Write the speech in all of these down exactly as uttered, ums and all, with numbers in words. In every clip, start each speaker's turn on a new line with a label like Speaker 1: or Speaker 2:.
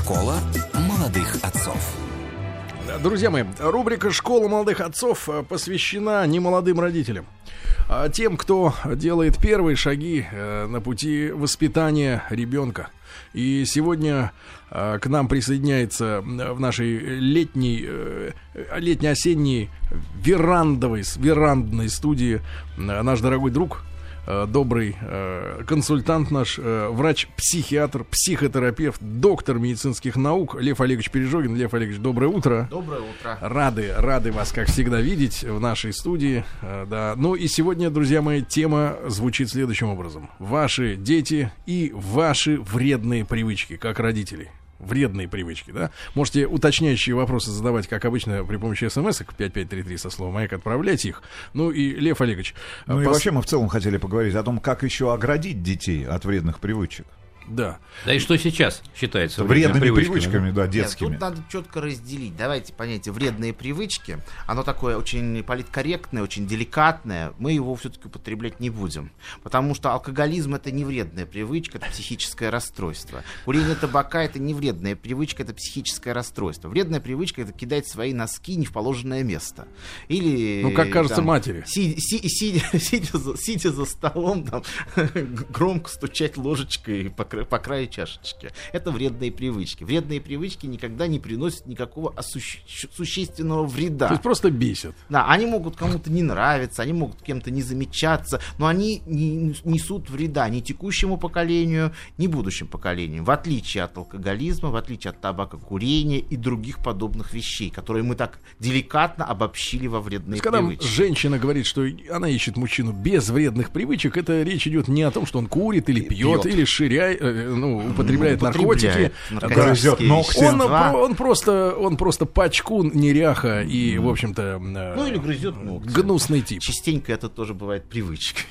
Speaker 1: Школа молодых отцов.
Speaker 2: Друзья мои, рубрика «Школа молодых отцов» посвящена немолодым родителям, а тем, кто делает первые шаги на пути воспитания ребенка. И сегодня к нам присоединяется в нашей летней, летне-осенней верандовой, верандной студии наш дорогой друг, добрый э, консультант наш, э, врач-психиатр, психотерапевт, доктор медицинских наук Лев Олегович Пережогин. Лев Олегович, доброе утро.
Speaker 3: Доброе утро. Рады,
Speaker 2: рады вас, как всегда, видеть в нашей студии. Э, да. Ну и сегодня, друзья мои, тема звучит следующим образом. Ваши дети и ваши вредные привычки, как родителей. Вредные привычки, да? Можете уточняющие вопросы задавать, как обычно, при помощи смс-ок пять пять три три со словом «Маяк», отправлять их. Ну и, Лев Олегович...
Speaker 4: Ну пос... и вообще мы в целом хотели поговорить о том, как еще оградить детей от вредных привычек.
Speaker 2: Да.
Speaker 5: Да и что сейчас считается
Speaker 4: вредными привычками, привычками, да, детскими.
Speaker 3: Нет, тут надо четко разделить. Давайте понятие вредные привычки. Оно такое очень политкорректное, очень деликатное. Мы его все-таки употреблять не будем. Потому что алкоголизм — это не вредная привычка, это психическое расстройство. Курение табака — это не вредная привычка, это психическое расстройство. Вредная привычка — это кидать свои носки не в положенное место. Или,
Speaker 2: ну, как кажется, там, матери.
Speaker 3: Си- си- сидя, сидя, за, сидя за столом, там, громко стучать ложечкой по по краю чашечки. Это вредные привычки. Вредные привычки никогда не приносят никакого осущ... существенного вреда.
Speaker 2: То есть просто бесят.
Speaker 3: Да, они могут кому-то не нравиться, они могут кем-то не замечаться, но они не несут вреда ни текущему поколению, ни будущим поколениям. В отличие от алкоголизма, в отличие от табакокурения и других подобных вещей, которые мы так деликатно обобщили во вредные
Speaker 2: когда
Speaker 3: привычки.
Speaker 2: Когда женщина говорит, что она ищет мужчину без вредных привычек, это речь идет не о том, что он курит или пьет, пьет. или ширяет, ну, употребляет ну, наркотики,
Speaker 4: грызет ногти.
Speaker 2: Он, он, просто, он просто пачку неряха и, в общем-то,
Speaker 3: ну, или грызет ногти.
Speaker 2: Гнусный тип.
Speaker 3: Частенько это тоже бывает привычкой.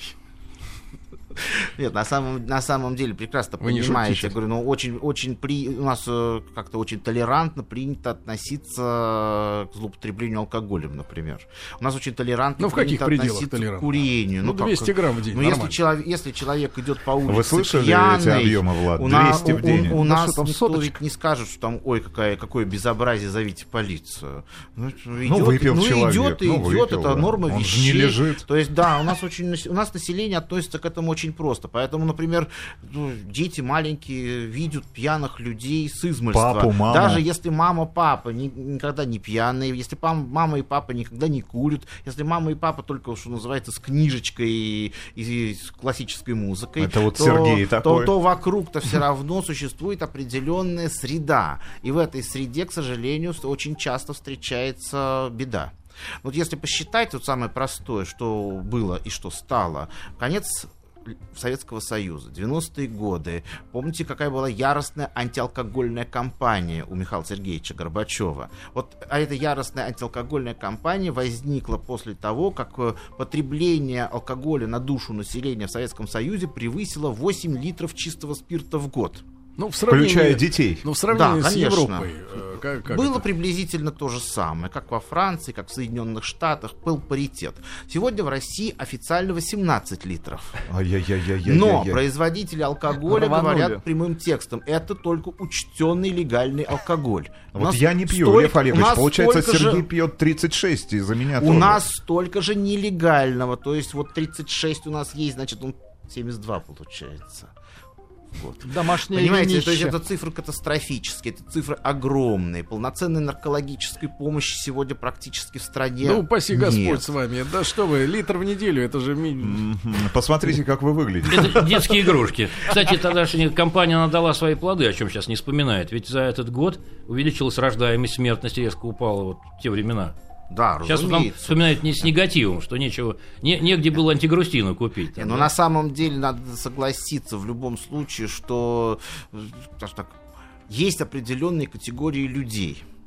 Speaker 3: Нет, на самом, на самом деле прекрасно
Speaker 2: Вы
Speaker 3: понимаете, я говорю, ну очень, очень при, у нас э, как-то очень толерантно принято относиться к злоупотреблению алкоголем, например. У нас очень толерантно
Speaker 2: ну, в каких
Speaker 3: принято
Speaker 2: пределах
Speaker 3: относиться
Speaker 2: толерантно?
Speaker 3: к курению.
Speaker 2: Ну, двести
Speaker 3: как,
Speaker 2: грамм в день,
Speaker 3: ну, если человек, если человек идет по улице
Speaker 4: Вы слышали
Speaker 3: пьяный,
Speaker 4: эти объемы, Влад?
Speaker 3: двести
Speaker 4: в день.
Speaker 3: У, у, у
Speaker 4: да
Speaker 3: нас никто ведь не скажет, что там, ой, какая, какое безобразие, зовите полицию. Ну, идет,
Speaker 4: ну выпил
Speaker 3: ну,
Speaker 4: человек.
Speaker 3: идет и
Speaker 4: ну,
Speaker 3: идет,
Speaker 4: выпил,
Speaker 3: это
Speaker 4: да.
Speaker 3: норма
Speaker 4: Он
Speaker 3: вещей.
Speaker 4: же не лежит.
Speaker 3: То есть, да, у нас, очень, у нас население относится к этому очень просто. Поэтому, например, ну, дети маленькие видят пьяных людей с измольства.
Speaker 4: Папу, маму.
Speaker 3: Даже если мама, папа ни, никогда не пьяные, если пам, мама и папа никогда не курят, если мама и папа только, что называется, с книжечкой и, и с классической музыкой,
Speaker 4: это вот
Speaker 3: то,
Speaker 4: Сергей
Speaker 3: то,
Speaker 4: такой.
Speaker 3: то вокруг-то все равно существует определенная среда. И в этой среде, к сожалению, очень часто встречается беда. Вот если посчитать, вот самое простое, что было и что стало, конец Советского Союза, девяностые годы. Помните, какая была яростная антиалкогольная кампания у Михаила Сергеевича Горбачева? Вот а эта яростная антиалкогольная кампания возникла после того, как потребление алкоголя на душу населения в Советском Союзе превысило восемь литров чистого спирта в год.
Speaker 2: Ну, в сравнении,
Speaker 4: включая детей.
Speaker 2: Ну, в сравнении
Speaker 3: да,
Speaker 2: с
Speaker 3: конечно.
Speaker 2: Европой. Э, как, как
Speaker 3: Было
Speaker 2: это?
Speaker 3: приблизительно то же самое, как во Франции, как в Соединенных Штатах, был паритет. Сегодня в России официально восемнадцать литров.
Speaker 4: Ай-яй-яй-яй-яй-яй.
Speaker 3: Но производители алкоголя
Speaker 4: Рванули.
Speaker 3: говорят прямым текстом: это только учтенный легальный алкоголь. У
Speaker 4: Вот
Speaker 3: нас
Speaker 4: я не пью,
Speaker 3: столько,
Speaker 4: Лев Олегович. Получается, Сергей
Speaker 3: же,
Speaker 4: пьет тридцать шесть из-за меня
Speaker 3: У
Speaker 4: тоже.
Speaker 3: нас столько же нелегального. То есть вот тридцать шесть у нас есть, значит, он семьдесят два получается. Вот.
Speaker 6: Домашнее
Speaker 3: Понимаете,
Speaker 6: винище.
Speaker 3: то есть это цифры катастрофические, это цифры огромные. Полноценной наркологической помощи сегодня практически в стране
Speaker 2: Ну, упаси
Speaker 3: нет.
Speaker 2: Господь с вами. Да что вы, литр в неделю, это же... ми-
Speaker 4: Посмотрите, как вы выглядите.
Speaker 5: Это детские игрушки. Кстати, тогдашняя компания она дала свои плоды, о чем сейчас не вспоминает. Ведь за этот год увеличилась рождаемость, смертность резко упала вот в те времена.
Speaker 3: Да,
Speaker 5: Сейчас вот нам
Speaker 3: разумеется.
Speaker 5: вспоминают не с негативом, что нечего, не, негде было антигрустину купить.
Speaker 3: Не,
Speaker 5: Там,
Speaker 3: но
Speaker 5: да?
Speaker 3: на самом деле надо согласиться в любом случае, что, скажем так, есть определенные категории людей,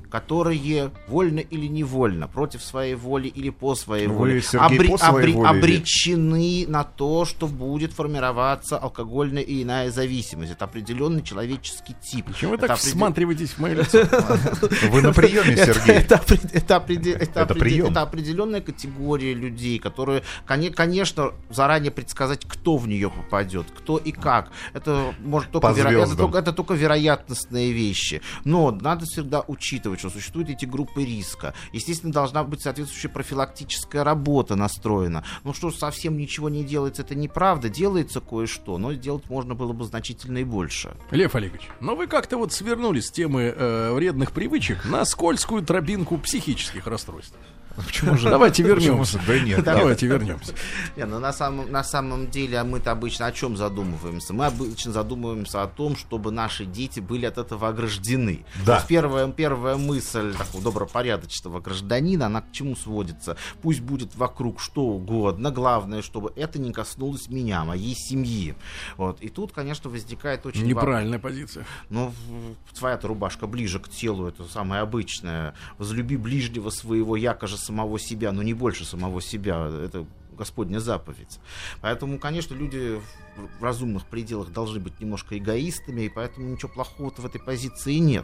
Speaker 3: которые вольно или невольно, против своей воли или по своей
Speaker 4: Вы,
Speaker 3: воле,
Speaker 4: Сергей,
Speaker 3: обре-
Speaker 4: по своей
Speaker 3: обре-
Speaker 4: воле или-
Speaker 3: обречены на то, что будет формироваться алкогольная и иная зависимость. Это определенный человеческий тип.
Speaker 2: Почему вы
Speaker 3: Это
Speaker 2: так
Speaker 3: определ-
Speaker 2: всматриваетесь в мое лицо?
Speaker 4: Вы на приеме,
Speaker 3: Это,
Speaker 4: Сергей.
Speaker 3: это, опре- это опреде- это
Speaker 4: Это
Speaker 3: опреде-
Speaker 4: прием.
Speaker 3: это определенная категория людей, которые, коне- конечно, заранее предсказать, кто в нее попадет, кто и как. Это может только,
Speaker 4: По
Speaker 3: веро- это
Speaker 4: звездам.
Speaker 3: только, это только вероятностные вещи. Но надо всегда учитывать, что существуют эти группы риска. Естественно, должна быть соответствующая профилактическая работа настроена. Ну что, совсем ничего не делается, это неправда. Делается кое-что, но сделать можно было бы значительно и больше.
Speaker 2: Лев Олегович, но вы как-то вот свернули с темы э, вредных привычек на скользкую тропинку психических расстройств.
Speaker 4: Почему же?
Speaker 2: Давайте
Speaker 4: Почему
Speaker 2: вернемся.
Speaker 4: же? Да нет.
Speaker 2: Давайте вернемся.
Speaker 3: Не, ну на самом, на самом деле мы-то обычно о чем задумываемся? Мы обычно задумываемся о том, чтобы наши дети были от этого ограждены.
Speaker 4: Да.
Speaker 3: То есть первая, первая мысль такого добропорядочного гражданина, она к чему сводится? Пусть будет вокруг что угодно, главное, чтобы это не коснулось меня, моей семьи. Вот. И тут, конечно, возникает очень...
Speaker 2: Неправильная позиция.
Speaker 3: Ну, в- твоя-то рубашка ближе к телу, это самое обычное. Возлюби ближнего своего, яко же самого себя, но не больше самого себя. Это Господня заповедь. Поэтому, конечно, люди в разумных пределах должны быть немножко эгоистами, и поэтому ничего плохого-то в этой позиции нет.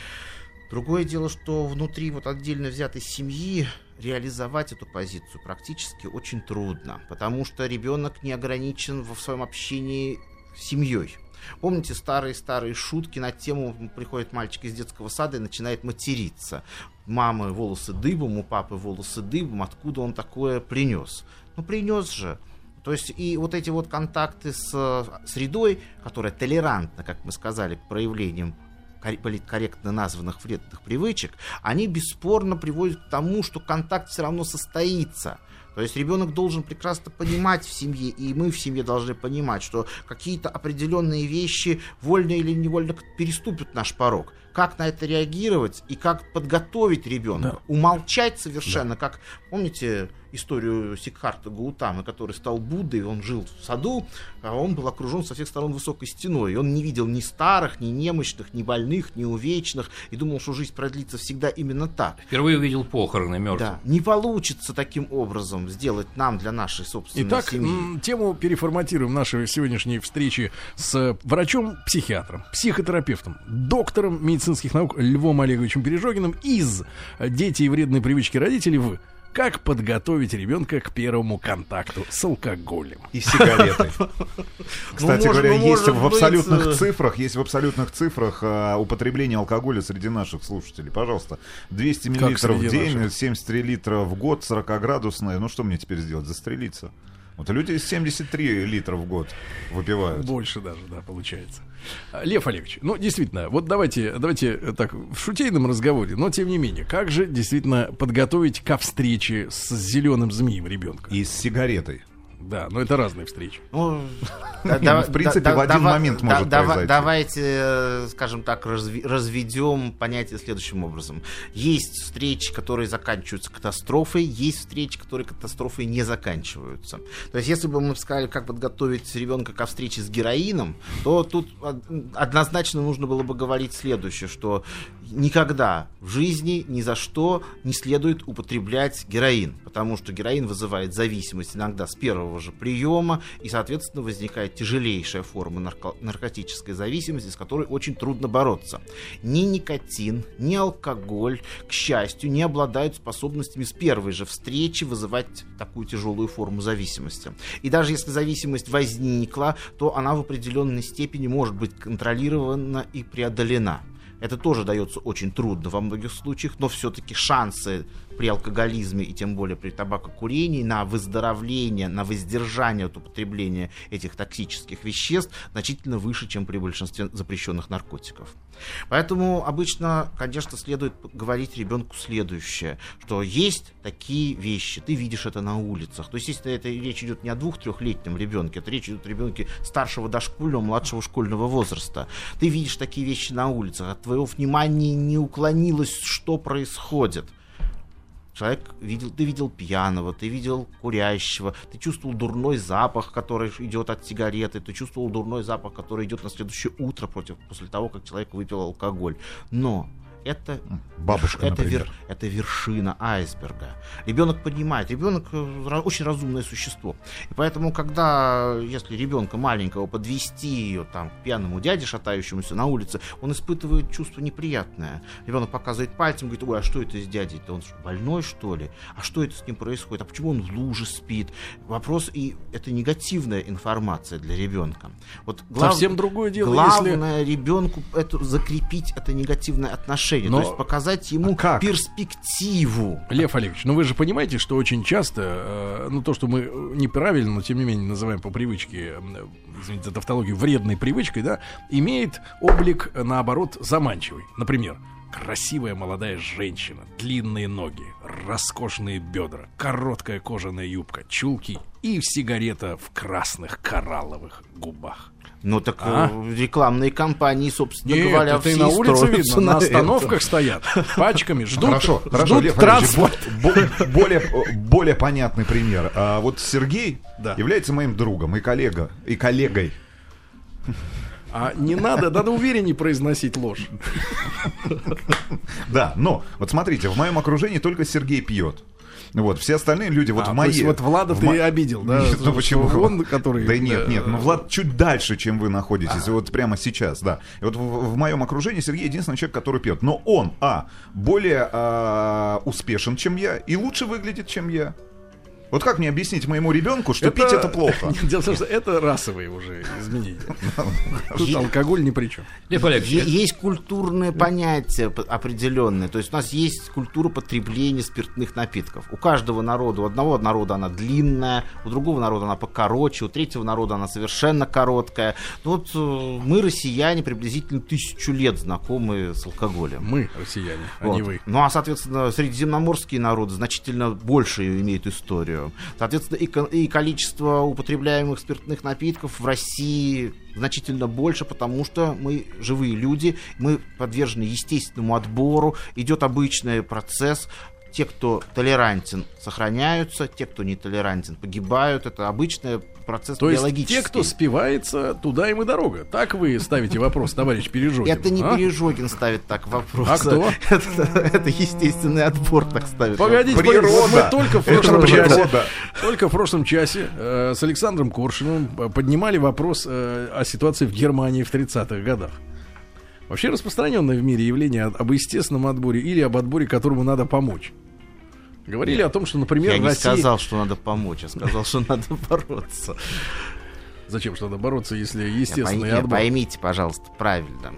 Speaker 3: Другое дело, что внутри вот отдельно взятой семьи реализовать эту позицию практически очень трудно, потому что ребенок не ограничен в своем общении с семьей. Помните старые-старые шутки на тему, приходит мальчик из детского сада и начинает материться. Мамы волосы дыбом, у папы волосы дыбом, откуда он такое принес? Ну, принес же. То есть и вот эти вот контакты с средой, которая толерантна, как мы сказали, к проявлениям политкорректно названных вредных привычек, они бесспорно приводят к тому, что контакт все равно состоится. То есть ребенок должен прекрасно понимать в семье, и мы в семье должны понимать, что какие-то определенные вещи вольно или невольно переступят наш порог. Как на это реагировать и как подготовить ребенка?
Speaker 2: Да.
Speaker 3: Умолчать совершенно, как, помните историю Сиддхарты Гаутамы, который стал Буддой, он жил в саду, а он был окружен со всех сторон высокой стеной, и он не видел ни старых, ни немощных, ни больных, ни увечных, и думал, что жизнь продлится всегда именно так.
Speaker 5: Впервые увидел похороны мертвых.
Speaker 3: Да, не получится таким образом сделать нам для нашей собственной
Speaker 2: Итак,
Speaker 3: семьи.
Speaker 2: м, тему переформатируем нашей сегодняшней встречи с врачом-психиатром, психотерапевтом, доктором медицинских наук Львом Олеговичем Пережогиным из «Дети и вредные привычки родителей» в «Как подготовить ребенка к первому контакту с алкоголем».
Speaker 4: И сигаретой. Кстати
Speaker 3: может-
Speaker 4: говоря,
Speaker 3: ну,
Speaker 4: есть
Speaker 3: может
Speaker 4: в
Speaker 3: быть,
Speaker 4: абсолютных
Speaker 3: э,
Speaker 4: цифрах, есть в абсолютных цифрах а, употребление алкоголя среди наших слушателей. Пожалуйста, двести миллилитров в
Speaker 2: среди
Speaker 4: день,
Speaker 2: наших?
Speaker 4: семьдесят три литра в год, сорокаградусная. Ну что мне теперь сделать? Застрелиться? Вот люди семьдесят три литра в год выпивают.
Speaker 2: Больше даже, да, получается. А, Лев Олегович, ну, действительно, вот давайте, давайте э, так, в шутейном разговоре, но тем не менее, как же действительно подготовить ко встрече с зеленым змеем ребенка?
Speaker 4: И с сигаретой.
Speaker 2: Да, но это разные встречи.
Speaker 3: Ну,
Speaker 4: Не, ну, в принципе, в один момент может произойти.
Speaker 3: Давайте, э, скажем так, разви- разведем понятие следующим образом. Есть встречи, которые заканчиваются катастрофой, есть встречи, которые катастрофой не заканчиваются. То есть, если бы мы сказали, как подготовить ребенка ко встрече с героином, то тут од- однозначно нужно было бы говорить следующее, что никогда в жизни ни за что не следует употреблять героин, потому что героин вызывает зависимость иногда с первого же приема, и, соответственно, возникает тяжелейшая форма нарко- наркотической зависимости, с которой очень трудно бороться. Ни никотин, ни алкоголь, к счастью, не обладают способностями с первой же встречи вызывать такую тяжелую форму зависимости. И даже если зависимость возникла, то она в определенной степени может быть контролирована и преодолена. Это тоже дается очень трудно во многих случаях, но все-таки шансы при алкоголизме и тем более при табакокурении на выздоровление, на воздержание от употребления этих токсических веществ значительно выше, чем при большинстве запрещенных наркотиков. Поэтому обычно, конечно, следует говорить ребенку следующее, что есть такие вещи, ты видишь это на улицах. То есть, если это речь идет не о двух-трехлетнем ребенке, это речь идет о ребенке старшего дошкольного, младшего школьного возраста. Ты видишь такие вещи на улицах, от твоего внимания не уклонилось, что происходит. Человек видел, ты видел пьяного, ты видел курящего, ты чувствовал дурной запах, который идет от сигареты, ты чувствовал дурной запах, который идет на следующее утро против, после того, как человек выпил алкоголь. Но это,
Speaker 4: Бабушка,
Speaker 3: это,
Speaker 4: например.
Speaker 3: вер, это вершина айсберга. Ребенок понимает, ребенок очень разумное существо. И поэтому, когда, если ребенка маленького подвести ее там, к пьяному дяде, шатающемуся на улице, он испытывает чувство неприятное. Ребенок показывает пальцем, говорит: ой, а что это с дядей-то? Он что, больной, что ли? А что это с ним происходит? А почему он в луже спит? Вопрос, и это негативная информация для ребенка. Вот глав...
Speaker 2: Совсем другое дело,
Speaker 3: Главное
Speaker 2: если...
Speaker 3: ребенку это, закрепить это негативное отношение,
Speaker 2: Но...
Speaker 3: то есть показать ему
Speaker 4: А как?
Speaker 3: перспективу.
Speaker 2: Лев Олегович, ну вы же понимаете, что очень часто, э, ну то, что мы неправильно, но тем не менее называем по привычке, э, извините за тавтологию, вредной привычкой, да, имеет облик, наоборот, заманчивый. Например, красивая молодая женщина, длинные ноги, роскошные бедра, короткая кожаная юбка, чулки и сигарета в красных коралловых губах.
Speaker 3: Ну так
Speaker 2: А?
Speaker 3: э, рекламные кампании, собственно
Speaker 2: Нет,
Speaker 3: говоря,
Speaker 2: это и
Speaker 3: все
Speaker 2: на улице
Speaker 3: строятся
Speaker 2: видно, на
Speaker 3: это.
Speaker 2: остановках стоят, пачками, ждут,
Speaker 4: Хорошо, хорошо,
Speaker 2: ждут
Speaker 4: Лев Валерьевич,
Speaker 2: транспорт.
Speaker 4: бо- бо- более, более понятный пример. А вот Сергей
Speaker 2: Да.
Speaker 4: является моим другом и коллега, и коллегой.
Speaker 2: А не надо, надо увереннее произносить ложь.
Speaker 4: Да, но вот смотрите, в моем окружении только Сергей пьет. Вот, все остальные люди, вот
Speaker 2: А,
Speaker 4: в
Speaker 2: то
Speaker 4: моей...
Speaker 2: есть вот Влада
Speaker 4: в
Speaker 2: ты
Speaker 4: мо-
Speaker 2: обидел, да?
Speaker 4: Нет, ну
Speaker 2: Что
Speaker 4: почему?
Speaker 2: он, который...
Speaker 4: Да нет,
Speaker 2: э,
Speaker 4: нет, ну Влад чуть дальше, чем вы находитесь, вот прямо сейчас, да. И вот в, в моем окружении Сергей единственный человек, который пьет. Но он, а, более а, успешен, чем я, и лучше выглядит, чем я. Вот как мне объяснить моему ребенку, что пить это плохо?
Speaker 2: Нет, дело в том, что это расовые уже изменения. Тут алкоголь ни при чем.
Speaker 5: Лев Олегович,
Speaker 3: Е- Есть культурные понятия п- определенные. То есть у нас есть культура потребления спиртных напитков. У каждого народа, у одного народа она длинная, у другого народа она покороче, у третьего народа она совершенно короткая. Ну вот э, мы, россияне, приблизительно тысячу лет знакомы с алкоголем.
Speaker 2: Мы, россияне, а
Speaker 3: Вот.
Speaker 2: не вы.
Speaker 3: Ну а, соответственно, средиземноморские народы значительно больше имеют историю. Соответственно, и, ко- и количество употребляемых спиртных напитков в России значительно больше, потому что мы живые люди, мы подвержены естественному отбору, идет обычный процесс. Те, кто толерантен, сохраняются, те, кто не толерантен, погибают. Это обычный процесс
Speaker 2: То есть
Speaker 3: биологический.
Speaker 2: те, кто спивается, туда им и дорога. Так вы ставите вопрос, товарищ Пережогин?
Speaker 3: Это не
Speaker 2: а?
Speaker 3: Пережогин ставит так вопрос.
Speaker 2: А кто?
Speaker 3: Это, это естественный отбор так ставит.
Speaker 2: Погодите,
Speaker 4: Природа.
Speaker 2: погодите, вот мы только в
Speaker 4: Это
Speaker 2: прошлом
Speaker 4: природа.
Speaker 2: часе, только в прошлом часе э, с Александром Коршуновым э, поднимали вопрос э, о ситуации в Германии в тридцатых годах. Вообще распространенное в мире явление об естественном отборе или об отборе, которому надо помочь. Говорили о том, что, например,
Speaker 3: Я
Speaker 2: в
Speaker 3: не
Speaker 2: России...
Speaker 3: сказал, что надо помочь, я сказал, что надо бороться.
Speaker 2: Зачем что надо бороться, если
Speaker 3: Не,
Speaker 2: естественный
Speaker 3: пойми-
Speaker 2: отбор?
Speaker 3: Поймите, пожалуйста, правильно.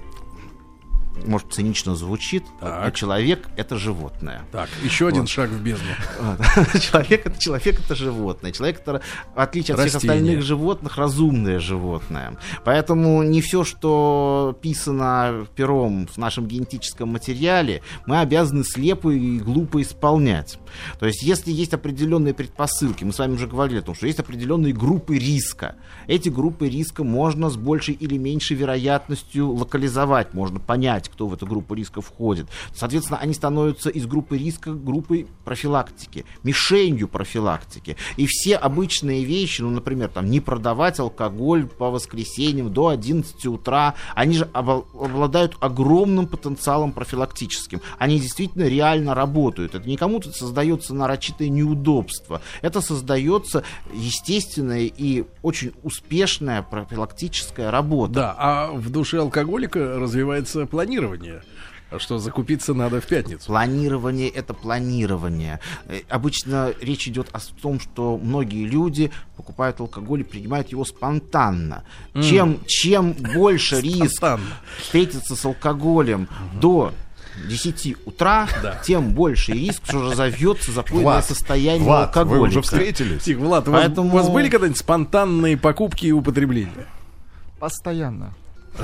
Speaker 3: Может, цинично звучит,
Speaker 2: Так.
Speaker 3: но человек — это животное.
Speaker 2: Так, еще один
Speaker 3: Вот.
Speaker 2: шаг в бездну.
Speaker 3: Вот. Человек это человек это животное. Человек это, в отличие от всех
Speaker 2: Растение.
Speaker 3: остальных животных, разумное животное. Поэтому не все, что писано пером в нашем генетическом материале, мы обязаны слепо и глупо исполнять. То есть, если есть определенные предпосылки, мы с вами уже говорили о том, что есть определенные группы риска. Эти группы риска можно с большей или меньшей вероятностью локализовать, можно понять, кто в эту группу риска входит. Соответственно, они становятся из группы риска группой профилактики, мишенью профилактики. И все обычные вещи, ну, например, там, не продавать алкоголь по воскресеньям до одиннадцати утра, они же обла- обладают огромным потенциалом профилактическим. Они действительно реально работают. Это не кому-то создается нарочитое неудобство. Это создается естественная и очень успешная профилактическая работа.
Speaker 2: Да, а в душе алкоголика развивается планирование, что закупиться надо в пятницу.
Speaker 3: Планирование — это планирование. Э, Обычно речь идет о том, что многие люди покупают алкоголь и принимают его спонтанно. Чем, чем больше риск
Speaker 2: Спонтанно.
Speaker 3: встретиться с алкоголем до десяти утра,
Speaker 2: Да.
Speaker 3: тем больше риск, что разовьется запойное
Speaker 4: Влад,
Speaker 3: состояние
Speaker 4: Влад, вы
Speaker 3: алкоголика.
Speaker 4: уже встретились?
Speaker 2: Тихо, Влад, у вас-
Speaker 3: Поэтому-
Speaker 2: у вас были когда-нибудь спонтанные покупки и употребления?
Speaker 6: Постоянно.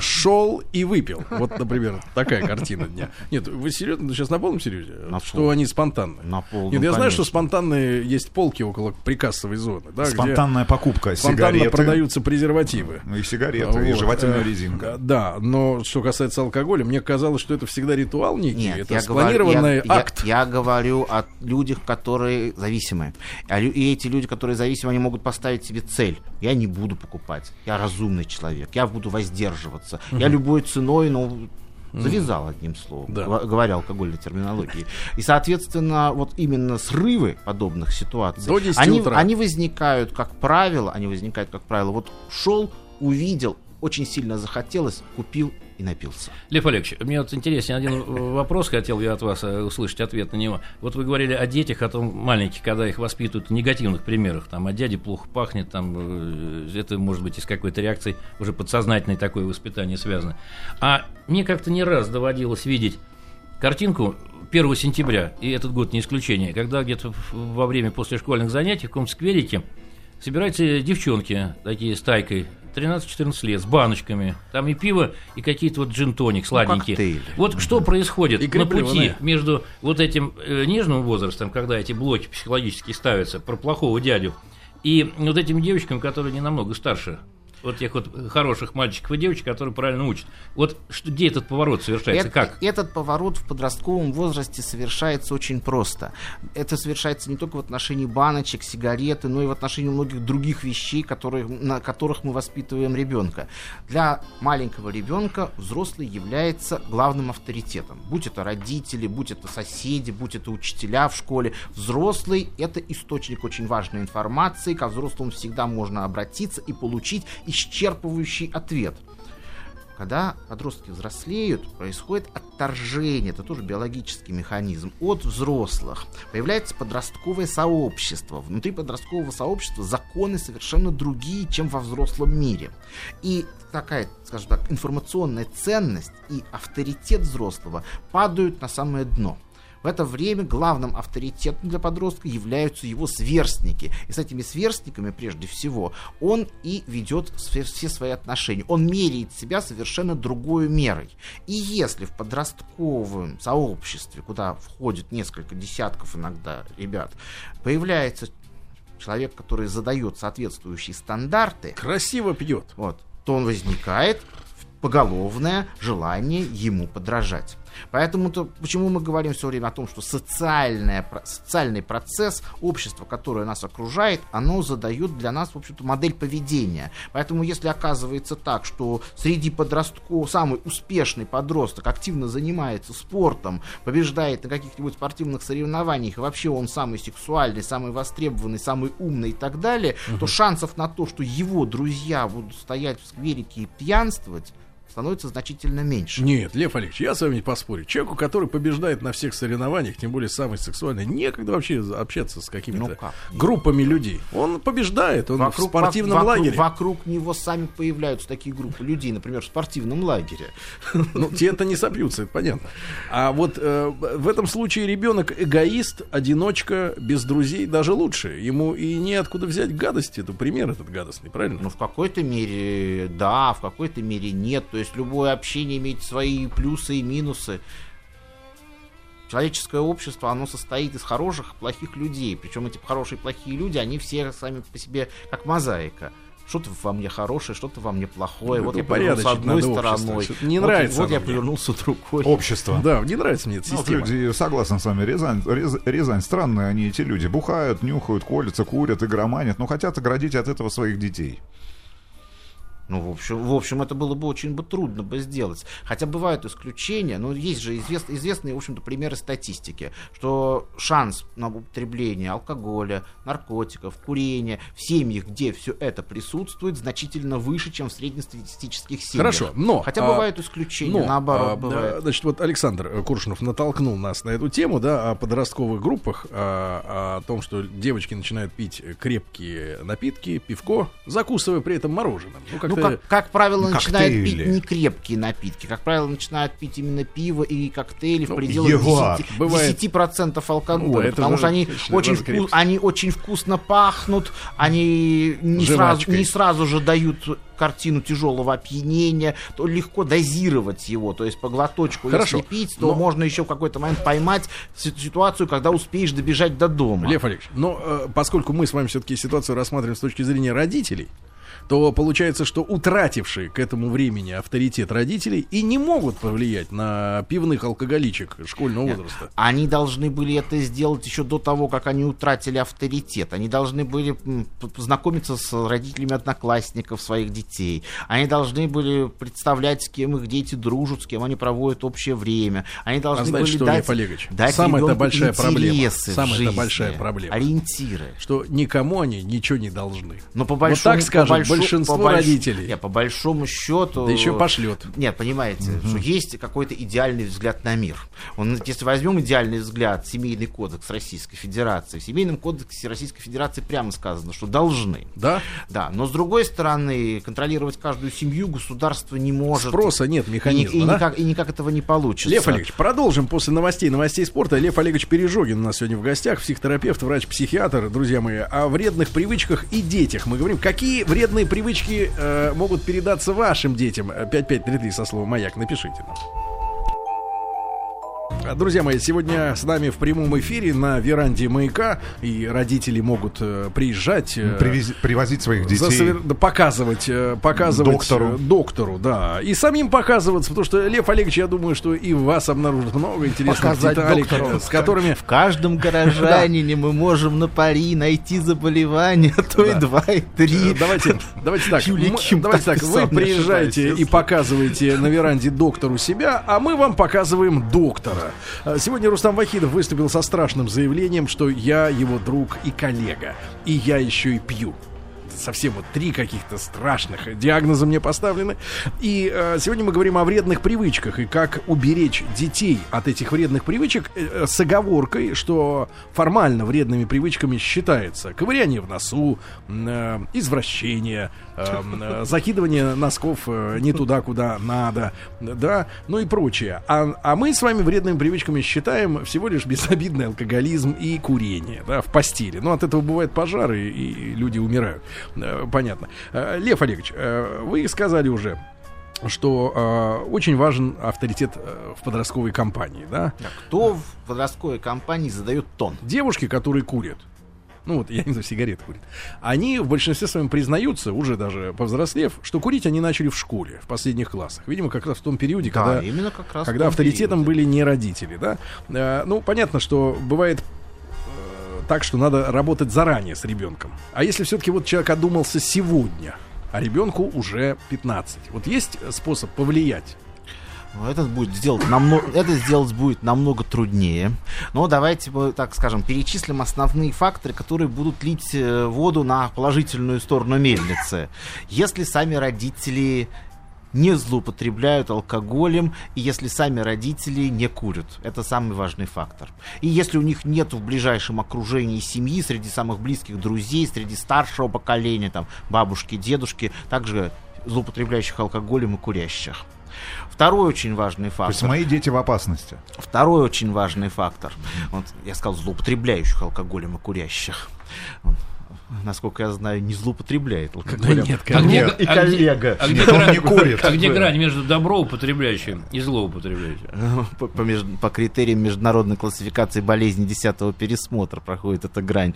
Speaker 2: Шел и выпил. Вот, например, такая картина дня. Нет, вы серьезно, сейчас на полном серьезе?
Speaker 3: На
Speaker 2: что
Speaker 3: полном.
Speaker 2: они спонтанные?
Speaker 3: На полном,
Speaker 2: Нет, я знаю,
Speaker 3: конечно.
Speaker 2: что спонтанные есть полки около прикассовой зоны, да, где
Speaker 4: Спонтанная покупка,
Speaker 2: спонтанно
Speaker 4: сигареты.
Speaker 2: продаются презервативы.
Speaker 4: Ну и сигареты, и
Speaker 2: Вот,
Speaker 4: жевательная
Speaker 2: э,
Speaker 4: резинка.
Speaker 2: Да, но что касается алкоголя, мне казалось, что это всегда ритуал некий,
Speaker 3: Нет,
Speaker 2: это
Speaker 3: я
Speaker 2: спланированный
Speaker 3: говорю, я,
Speaker 2: акт.
Speaker 3: Я, я говорю о людях, которые зависимы. А лю- И эти люди, которые зависимы, они могут поставить себе цель. Я не буду покупать. Я разумный человек. Я буду воздерживаться. Я любой ценой, но Завязал, одним словом,
Speaker 2: Да.
Speaker 3: г- говоря алкогольной терминологией. И, соответственно, вот именно срывы подобных ситуаций,
Speaker 2: До десяти
Speaker 3: они,
Speaker 2: утра.
Speaker 3: они возникают, как правило, они возникают, как правило, вот шел, увидел, очень сильно захотелось, купил и напился.
Speaker 5: Лев Олегович, мне вот интересен один вопрос, хотел я от вас э, услышать ответ на него. Вот вы говорили о детях, о том, маленьких, когда их воспитывают в негативных примерах, там, от дяди плохо пахнет, там, э, это может быть из какой-то реакции, уже подсознательной такое воспитание связано. А мне как-то не раз доводилось видеть картинку первого сентября, и этот год не исключение, когда где-то в- во время послешкольных занятий в каком-то скверике собираются девчонки, такие с тайкой, тринадцать-четырнадцать лет, с баночками. Там и пиво, и какие-то вот джин-тоник сладенькие.
Speaker 3: коктейли.
Speaker 5: Вот что происходит
Speaker 2: И
Speaker 5: на пути
Speaker 2: крепленые.
Speaker 5: между вот этим э, нежным возрастом, когда эти блоки психологически ставятся про плохого дядю, и вот этим девочкам, которые не намного старше. Вот тех вот хороших мальчиков и девочек, которые правильно учат. Вот что, где этот поворот совершается?
Speaker 3: Эт-
Speaker 5: Как?
Speaker 3: Этот поворот в подростковом возрасте совершается очень просто. Это совершается не только в отношении баночек, сигареты, но и в отношении многих других вещей, которые, на которых мы воспитываем ребенка. Для маленького ребенка взрослый является главным авторитетом. Будь это родители, будь это соседи, будь это учителя в школе. Взрослый — это источник очень важной информации. Ко взрослому всегда можно обратиться и получить исчерпывающий ответ. Когда подростки взрослеют, происходит отторжение, это тоже биологический механизм, от взрослых. Появляется подростковое сообщество. Внутри подросткового сообщества законы совершенно другие, чем во взрослом мире. И такая, скажем так, информационная ценность и авторитет взрослого падают на самое дно. В это время главным авторитетом для подростка являются его сверстники. И с этими сверстниками, прежде всего, он и ведет все, все свои отношения. Он меряет себя совершенно другой мерой. И если в подростковом сообществе, куда входит несколько десятков иногда ребят, появляется человек, который задает соответствующие стандарты,
Speaker 2: Красиво пьет.
Speaker 3: вот, то он возникает поголовное желание ему подражать. Поэтому-то, почему мы говорим все время о том, что социальное, про- социальный процесс, общество, которое нас окружает, оно задает для нас, в общем-то, модель поведения. Поэтому, если оказывается так, что среди подростков самый успешный подросток активно занимается спортом, побеждает на каких-нибудь спортивных соревнованиях, и вообще он самый сексуальный, самый востребованный, самый умный и так далее, то шансов на то, что его друзья будут стоять в скверике и пьянствовать, становится значительно меньше.
Speaker 2: Нет, Лев Олегович, я с вами не поспорю. Человеку, который побеждает на всех соревнованиях, тем более самый сексуальный, некогда вообще общаться с какими-то
Speaker 3: Ну как?
Speaker 2: группами людей. Он побеждает, он в спортивном
Speaker 3: вокруг,
Speaker 2: лагере.
Speaker 3: Вокруг него сами появляются такие группы людей, например, в спортивном лагере.
Speaker 2: Ну, те-то не сопьются, это понятно. А вот э, в этом случае ребенок эгоист, одиночка, без друзей даже лучше. Ему и неоткуда взять гадости. Это пример этот гадостный, правильно?
Speaker 3: Ну, в какой-то мере да, в какой-то мере нет. То есть любое общение имеет свои плюсы и минусы. Человеческое общество, оно состоит из хороших и плохих людей. Причем эти хорошие и плохие люди, они все сами по себе как мозаика. Что-то во мне хорошее, что-то во мне плохое.
Speaker 2: Ну,
Speaker 3: вот
Speaker 2: это
Speaker 3: я повернулся
Speaker 2: порядочно
Speaker 3: одной
Speaker 2: надо общество.
Speaker 3: стороной.
Speaker 2: Что-то не
Speaker 3: вот,
Speaker 2: нравится
Speaker 3: Вот
Speaker 2: оно
Speaker 3: я
Speaker 2: мне.
Speaker 3: повернулся другой.
Speaker 4: Общество.
Speaker 2: Да, не нравится мне эта
Speaker 4: Ну, вот
Speaker 2: система.
Speaker 4: люди, согласен с вами, Рязань, Рез- Рязань, странные они, эти люди. Бухают, нюхают, колются, курят, игроманят, но хотят оградить от этого своих детей.
Speaker 3: Ну, в общем, в общем, это было бы очень бы трудно бы сделать. Хотя бывают исключения, но есть же извест, известные, в общем-то, примеры статистики, что шанс на употребление алкоголя, наркотиков, курения в семьях, где все это присутствует, значительно выше, чем в среднестатистических семьях.
Speaker 2: Хорошо, но...
Speaker 3: Хотя
Speaker 2: а,
Speaker 3: бывают исключения,
Speaker 2: но,
Speaker 3: наоборот,
Speaker 2: а,
Speaker 3: бывает.
Speaker 2: да, Значит, вот Александр Куршинов натолкнул нас на эту тему, да, о подростковых группах, а, о том, что девочки начинают пить крепкие напитки, пивко, закусывая при этом мороженым. Ну, как-то...
Speaker 3: Ну, как, как правило,
Speaker 4: Ну,
Speaker 3: начинают
Speaker 4: коктейли.
Speaker 3: пить не крепкие напитки. Как правило, начинают пить именно пиво и коктейли в
Speaker 2: Ну,
Speaker 3: пределах
Speaker 4: Егор,
Speaker 3: десяти
Speaker 2: бывает.
Speaker 3: десять процентов алкоголя.
Speaker 2: О, это
Speaker 3: потому
Speaker 2: уже,
Speaker 3: что они
Speaker 2: конечно,
Speaker 3: очень,
Speaker 2: даже
Speaker 3: вку-
Speaker 2: крепость.
Speaker 3: они очень вкусно пахнут, они не сразу,
Speaker 2: Жвачкой.
Speaker 3: не сразу же дают картину тяжелого опьянения, то легко дозировать его. То есть по глоточку,
Speaker 2: Хорошо,
Speaker 3: если пить, то
Speaker 2: но-
Speaker 3: можно еще в какой-то момент поймать си- ситуацию, когда успеешь добежать до дома.
Speaker 2: Лев Олегович, но э, поскольку мы с вами все-таки ситуацию рассматриваем с точки зрения родителей, то получается, что утратившие к этому времени авторитет родителей и не могут повлиять на пивных алкоголичек школьного
Speaker 3: Нет.
Speaker 2: возраста.
Speaker 3: Они должны были это сделать еще до того, как они утратили авторитет. Они должны были м, познакомиться с родителями одноклассников своих детей. Они должны были представлять, с кем их дети дружат, с кем они проводят общее время. Они должны
Speaker 2: А знаете
Speaker 3: были
Speaker 2: что,
Speaker 3: дать,
Speaker 2: Лев Олегович,
Speaker 3: дать
Speaker 2: самая-то
Speaker 3: ребенку
Speaker 2: большая проблема.
Speaker 3: интересы в
Speaker 2: Самая-то
Speaker 3: жизни,
Speaker 2: большая проблема.
Speaker 3: ориентиры.
Speaker 2: Что никому они ничего не должны.
Speaker 3: Но по
Speaker 2: Вот
Speaker 3: большому,
Speaker 2: так скажет
Speaker 3: по большому-
Speaker 2: большинство
Speaker 3: по больш-
Speaker 2: родителей.
Speaker 3: Не, по большому счету...
Speaker 2: Да еще пошлет.
Speaker 3: Нет, понимаете, что есть какой-то идеальный взгляд на мир. Он, если возьмем идеальный взгляд, семейный кодекс Российской Федерации, в семейном кодексе Российской Федерации прямо сказано, что должны.
Speaker 2: Да?
Speaker 3: Да, но с другой стороны, контролировать каждую семью государство не может.
Speaker 2: Спроса нет
Speaker 3: И,
Speaker 2: механизма,
Speaker 3: и
Speaker 2: да?
Speaker 3: никак, и никак этого не получится.
Speaker 2: Лев Олегович, продолжим после новостей, новостей спорта. Лев Олегович Пережогин у нас сегодня в гостях, психотерапевт, врач-психиатр, друзья мои, о вредных привычках и детях. Мы говорим, какие вредные привычки э, могут передаться вашим детям. пять пять три три со словом «Маяк», напишите нам. Друзья мои, сегодня с нами в прямом эфире на веранде «Маяка», и родители могут э, приезжать, э,
Speaker 4: Привези- привозить своих детей.
Speaker 2: засовер- да, показывать, э, показывать
Speaker 4: Доктору.
Speaker 2: э, доктору, да, и самим показываться, потому что, Лев Олегович, я думаю, что и в вас обнаружат много интересных
Speaker 6: Показать
Speaker 2: деталей,
Speaker 6: доктору.
Speaker 2: э, с которыми...
Speaker 3: В каждом горожанине мы можем на пари найти заболевание, а то и
Speaker 2: Да.
Speaker 3: два, и три.
Speaker 2: Э, Давайте, давайте так,
Speaker 3: Юлий
Speaker 2: мы-
Speaker 3: Ким
Speaker 2: давайте
Speaker 3: так
Speaker 2: так, вы
Speaker 3: писал, не
Speaker 2: приезжаете
Speaker 3: ошибаюсь,
Speaker 2: и показываете на веранде доктору себя, а мы вам показываем доктора. Э, Сегодня Рустам Вахидов выступил со страшным заявлением, что я его друг и коллега, и я еще и пью. Совсем вот три каких-то страшных диагноза мне поставлены. И э, сегодня мы говорим о вредных привычках и как уберечь детей от этих вредных привычек э, с оговоркой, что формально вредными привычками считается ковыряние в носу, э, извращение, э, э, закидывание носков э, не туда, куда надо, да, ну и прочее. А, а мы с вами вредными привычками считаем всего лишь безобидный алкоголизм и курение, да, в постели. Ну, от этого бывают пожары, и люди умирают. Э, Понятно. Э, Лев Олегович, э, вы сказали уже, что э, очень важен авторитет э, в подростковой компании, да?
Speaker 3: Кто в подростковой компании задает тон?
Speaker 2: Девушки, которые курят, ну вот, я не знаю, сигареты курят, они в большинстве своем признаются, уже даже повзрослев, что курить они начали в школе, в последних классах. Видимо, как раз в том периоде,
Speaker 3: Да,
Speaker 2: когда,
Speaker 3: именно как раз в
Speaker 2: когда
Speaker 3: том
Speaker 2: авторитетом
Speaker 3: периоде.
Speaker 2: были не родители, да? Э, ну, понятно, что бывает так, что надо работать заранее с ребенком. А если все-таки вот человек одумался сегодня, а ребенку уже пятнадцать, вот есть способ повлиять?
Speaker 3: Ну, Это будет сделать намного, это сделать будет намного труднее. Но давайте, мы, так скажем, перечислим основные факторы, которые будут лить э, воду на положительную сторону мельницы. Если сами родители не злоупотребляют алкоголем, и если сами родители не курят. Это самый важный фактор. И если у них нет в ближайшем окружении семьи, среди самых близких друзей, среди старшего поколения, там, бабушки, дедушки, также злоупотребляющих алкоголем и курящих. Второй очень важный
Speaker 4: То
Speaker 3: фактор.
Speaker 4: есть мои дети в опасности.
Speaker 3: Второй очень важный фактор. Вот, я сказал, злоупотребляющих алкоголем и курящих. Он, насколько я знаю, не злоупотребляет алкоголем.
Speaker 2: нет,
Speaker 5: А где,
Speaker 3: И
Speaker 5: а
Speaker 3: коллега.
Speaker 5: где- а где
Speaker 4: Нет, он
Speaker 5: грань-
Speaker 4: не курит.
Speaker 5: а где грань между доброупотребляющим и злоупотребляющим?
Speaker 3: По, по меж- по критериям международной классификации болезней десятого пересмотра проходит эта грань.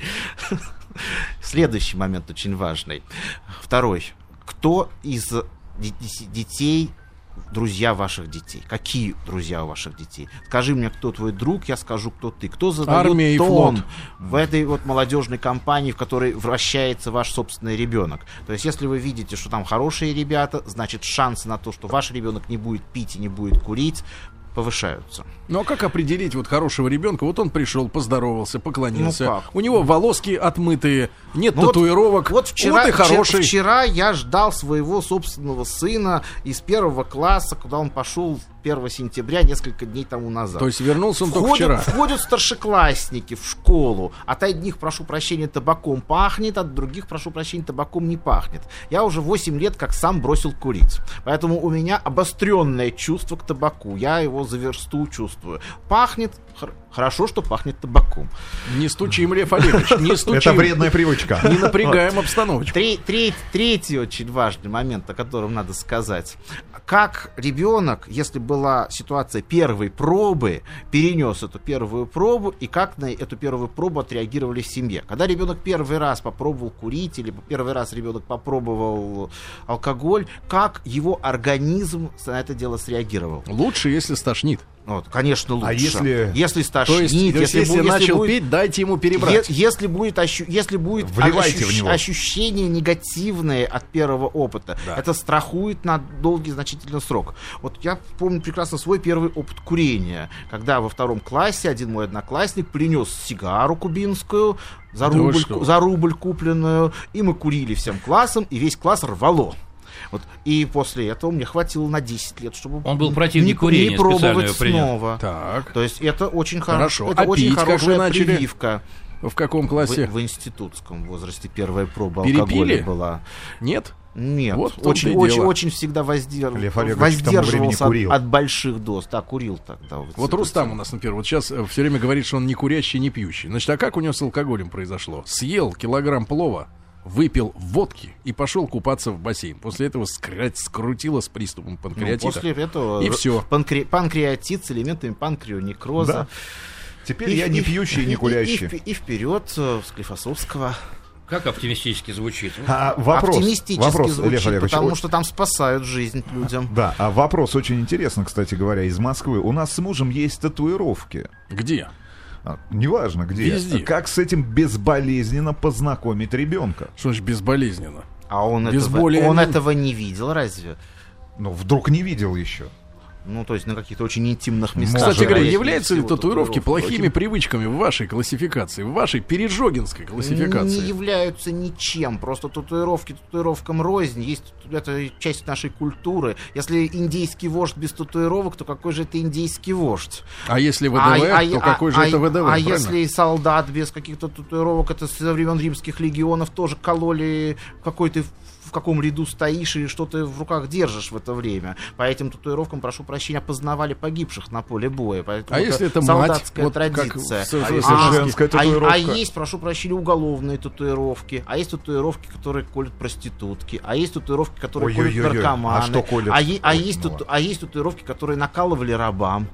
Speaker 3: Следующий момент очень важный. Второй. Кто из де- де- детей друзья ваших детей? Какие друзья у ваших детей? Скажи мне, кто твой друг, я скажу, кто ты. Кто задает
Speaker 2: Армия и
Speaker 3: тон
Speaker 2: флот.
Speaker 3: в этой вот молодежной компании, в которой вращается ваш собственный ребенок? То есть, если вы видите, что там хорошие ребята, значит, шансы на то, что ваш ребенок не будет пить и не будет курить, повышаются.
Speaker 2: Ну а как определить вот хорошего ребенка? Вот он пришел, поздоровался, поклонился.
Speaker 3: Ну как?
Speaker 2: У него волоски отмытые, нет
Speaker 3: Ну вот-
Speaker 2: татуировок.
Speaker 3: Вот вчера,
Speaker 2: вот и хороший.
Speaker 3: вчера, вчера я ждал своего собственного сына из первого класса, куда он пошел первого сентября, несколько дней тому назад.
Speaker 2: То есть вернулся он только
Speaker 3: Входят,
Speaker 2: вчера.
Speaker 3: входят старшеклассники в школу. От одних, прошу прощения, табаком пахнет, от других, прошу прощения, табаком не пахнет. Я уже восемь лет как сам бросил курить. Поэтому у меня обостренное чувство к табаку. Я его за версту чувствую. Пахнет хр- Хорошо, что пахнет табаком.
Speaker 2: Не стучим, Лев Олегович, не стучим.
Speaker 4: Это вредная привычка.
Speaker 2: Не напрягаем обстановочку.
Speaker 3: Тре- тре- третий очень важный момент, о котором надо сказать. Как ребенок, если была ситуация первой пробы, перенес эту первую пробу, и как на эту первую пробу отреагировали в семье. Когда ребенок первый раз попробовал курить, или первый раз ребенок попробовал алкоголь, как его организм на это дело среагировал?
Speaker 2: Лучше, если стошнит.
Speaker 3: Вот, конечно, лучше.
Speaker 4: А если-
Speaker 3: если стошнит,
Speaker 2: То есть, если, если
Speaker 3: бу-
Speaker 2: начал
Speaker 3: будет-
Speaker 2: пить, дайте ему перебрать.
Speaker 3: Е- Если будет, ощу- если будет
Speaker 4: Вливайте
Speaker 3: ощущ-
Speaker 4: в него.
Speaker 3: ощущение негативное от первого опыта,
Speaker 2: Да.
Speaker 3: это страхует на долгий значительный срок. Вот я помню прекрасно свой первый опыт курения, когда во втором классе один мой одноклассник принес сигару кубинскую за
Speaker 2: Да вы
Speaker 3: рубль,
Speaker 2: что?
Speaker 3: за рубль купленную, и мы курили всем классом, и весь класс рвало. Вот. И после этого мне хватило на десять лет, чтобы
Speaker 5: Он был противник
Speaker 3: не,
Speaker 5: курения,
Speaker 3: не
Speaker 5: специально
Speaker 3: пробовать
Speaker 5: его принял.
Speaker 3: снова.
Speaker 2: Так.
Speaker 3: То есть это очень, хоро-
Speaker 2: Хорошо.
Speaker 3: это
Speaker 2: А
Speaker 3: очень
Speaker 2: пить как вы
Speaker 3: хорошая
Speaker 2: начали?
Speaker 3: прививка.
Speaker 2: В каком
Speaker 3: В,
Speaker 2: классе?
Speaker 3: в институтском возрасте первая проба
Speaker 2: Перепили?
Speaker 3: алкоголя была.
Speaker 2: Нет?
Speaker 3: Нет,
Speaker 2: Вот в том-то
Speaker 3: очень,
Speaker 2: и
Speaker 3: очень,
Speaker 2: дело.
Speaker 3: очень всегда воздер...
Speaker 4: Лев Олегович к тому времени
Speaker 3: воздерживался от,
Speaker 4: курил.
Speaker 3: от больших доз. Да, курил тогда. в
Speaker 2: Вот
Speaker 3: институте.
Speaker 2: Рустам у нас, например, вот сейчас все время говорит, что он не курящий, не пьющий. Значит, а как у него с алкоголем произошло? Съел килограмм плова, выпил водки и пошел купаться в бассейн. После этого скрыть, скрутило с приступом
Speaker 3: Ну,
Speaker 2: панкреатита.
Speaker 3: после этого
Speaker 2: И всё.
Speaker 3: панкре- панкреатит с элементами панкреонекроза.
Speaker 4: Да. Теперь я не пьющий и не курящий.
Speaker 3: И, и вперед э, Склифосовского.
Speaker 5: Как оптимистически звучит.
Speaker 4: А вопрос,
Speaker 3: Оптимистически
Speaker 4: вопрос,
Speaker 3: звучит,
Speaker 4: Лев Олегович,
Speaker 3: потому
Speaker 4: вот-
Speaker 3: что там спасают жизнь людям.
Speaker 4: Да, а вопрос очень интересный, кстати говоря, из Москвы. У нас с мужем есть татуировки.
Speaker 2: Где?
Speaker 4: А, неважно где.
Speaker 2: Везде.
Speaker 4: Как с этим безболезненно познакомить ребенка?
Speaker 2: Что значит безболезненно?
Speaker 3: А он,
Speaker 2: Без
Speaker 3: этого,
Speaker 2: боли
Speaker 3: он
Speaker 2: они-
Speaker 3: этого не видел, разве?
Speaker 4: Ну, вдруг не видел еще.
Speaker 3: Ну, то есть на каких-то очень интимных местах.
Speaker 4: Может
Speaker 2: Кстати говоря,
Speaker 4: быть.
Speaker 2: являются ли
Speaker 3: Всего
Speaker 2: татуировки
Speaker 3: татуировок.
Speaker 2: плохими привычками в вашей классификации, в вашей пережогинской
Speaker 3: Не
Speaker 2: классификации?
Speaker 3: являются ничем. Просто татуировки татуировкам рознь. Есть это часть нашей культуры. Если индейский вождь без татуировок, то какой же это индейский вождь?
Speaker 2: А если ВДВ, то какой же
Speaker 3: а-
Speaker 2: это ВДВ?
Speaker 3: А
Speaker 2: правильно?
Speaker 3: если солдат без каких-то татуировок, это со времен римских легионов тоже кололи, какой ты в каком ряду стоишь и что ты в руках держишь в это время. По этим татуировкам, прошу прощения, опознавали погибших на поле боя. Поэтому
Speaker 2: А если это мать?
Speaker 3: солдатская
Speaker 2: Вот как
Speaker 3: традиция.
Speaker 2: в СССР.
Speaker 4: А если
Speaker 3: А,
Speaker 4: женская
Speaker 3: а-
Speaker 4: татуировка?
Speaker 3: а есть, прошу прощения, уголовные татуировки, а есть татуировки, которые колют проститутки, а есть татуировки, которые колют
Speaker 4: Ой-ой-ой-ой.
Speaker 3: наркоманы,
Speaker 4: А что колят?
Speaker 3: а, е- а есть
Speaker 4: Ну
Speaker 3: тату-
Speaker 4: ладно.
Speaker 3: а есть татуировки, которые накалывали рабам.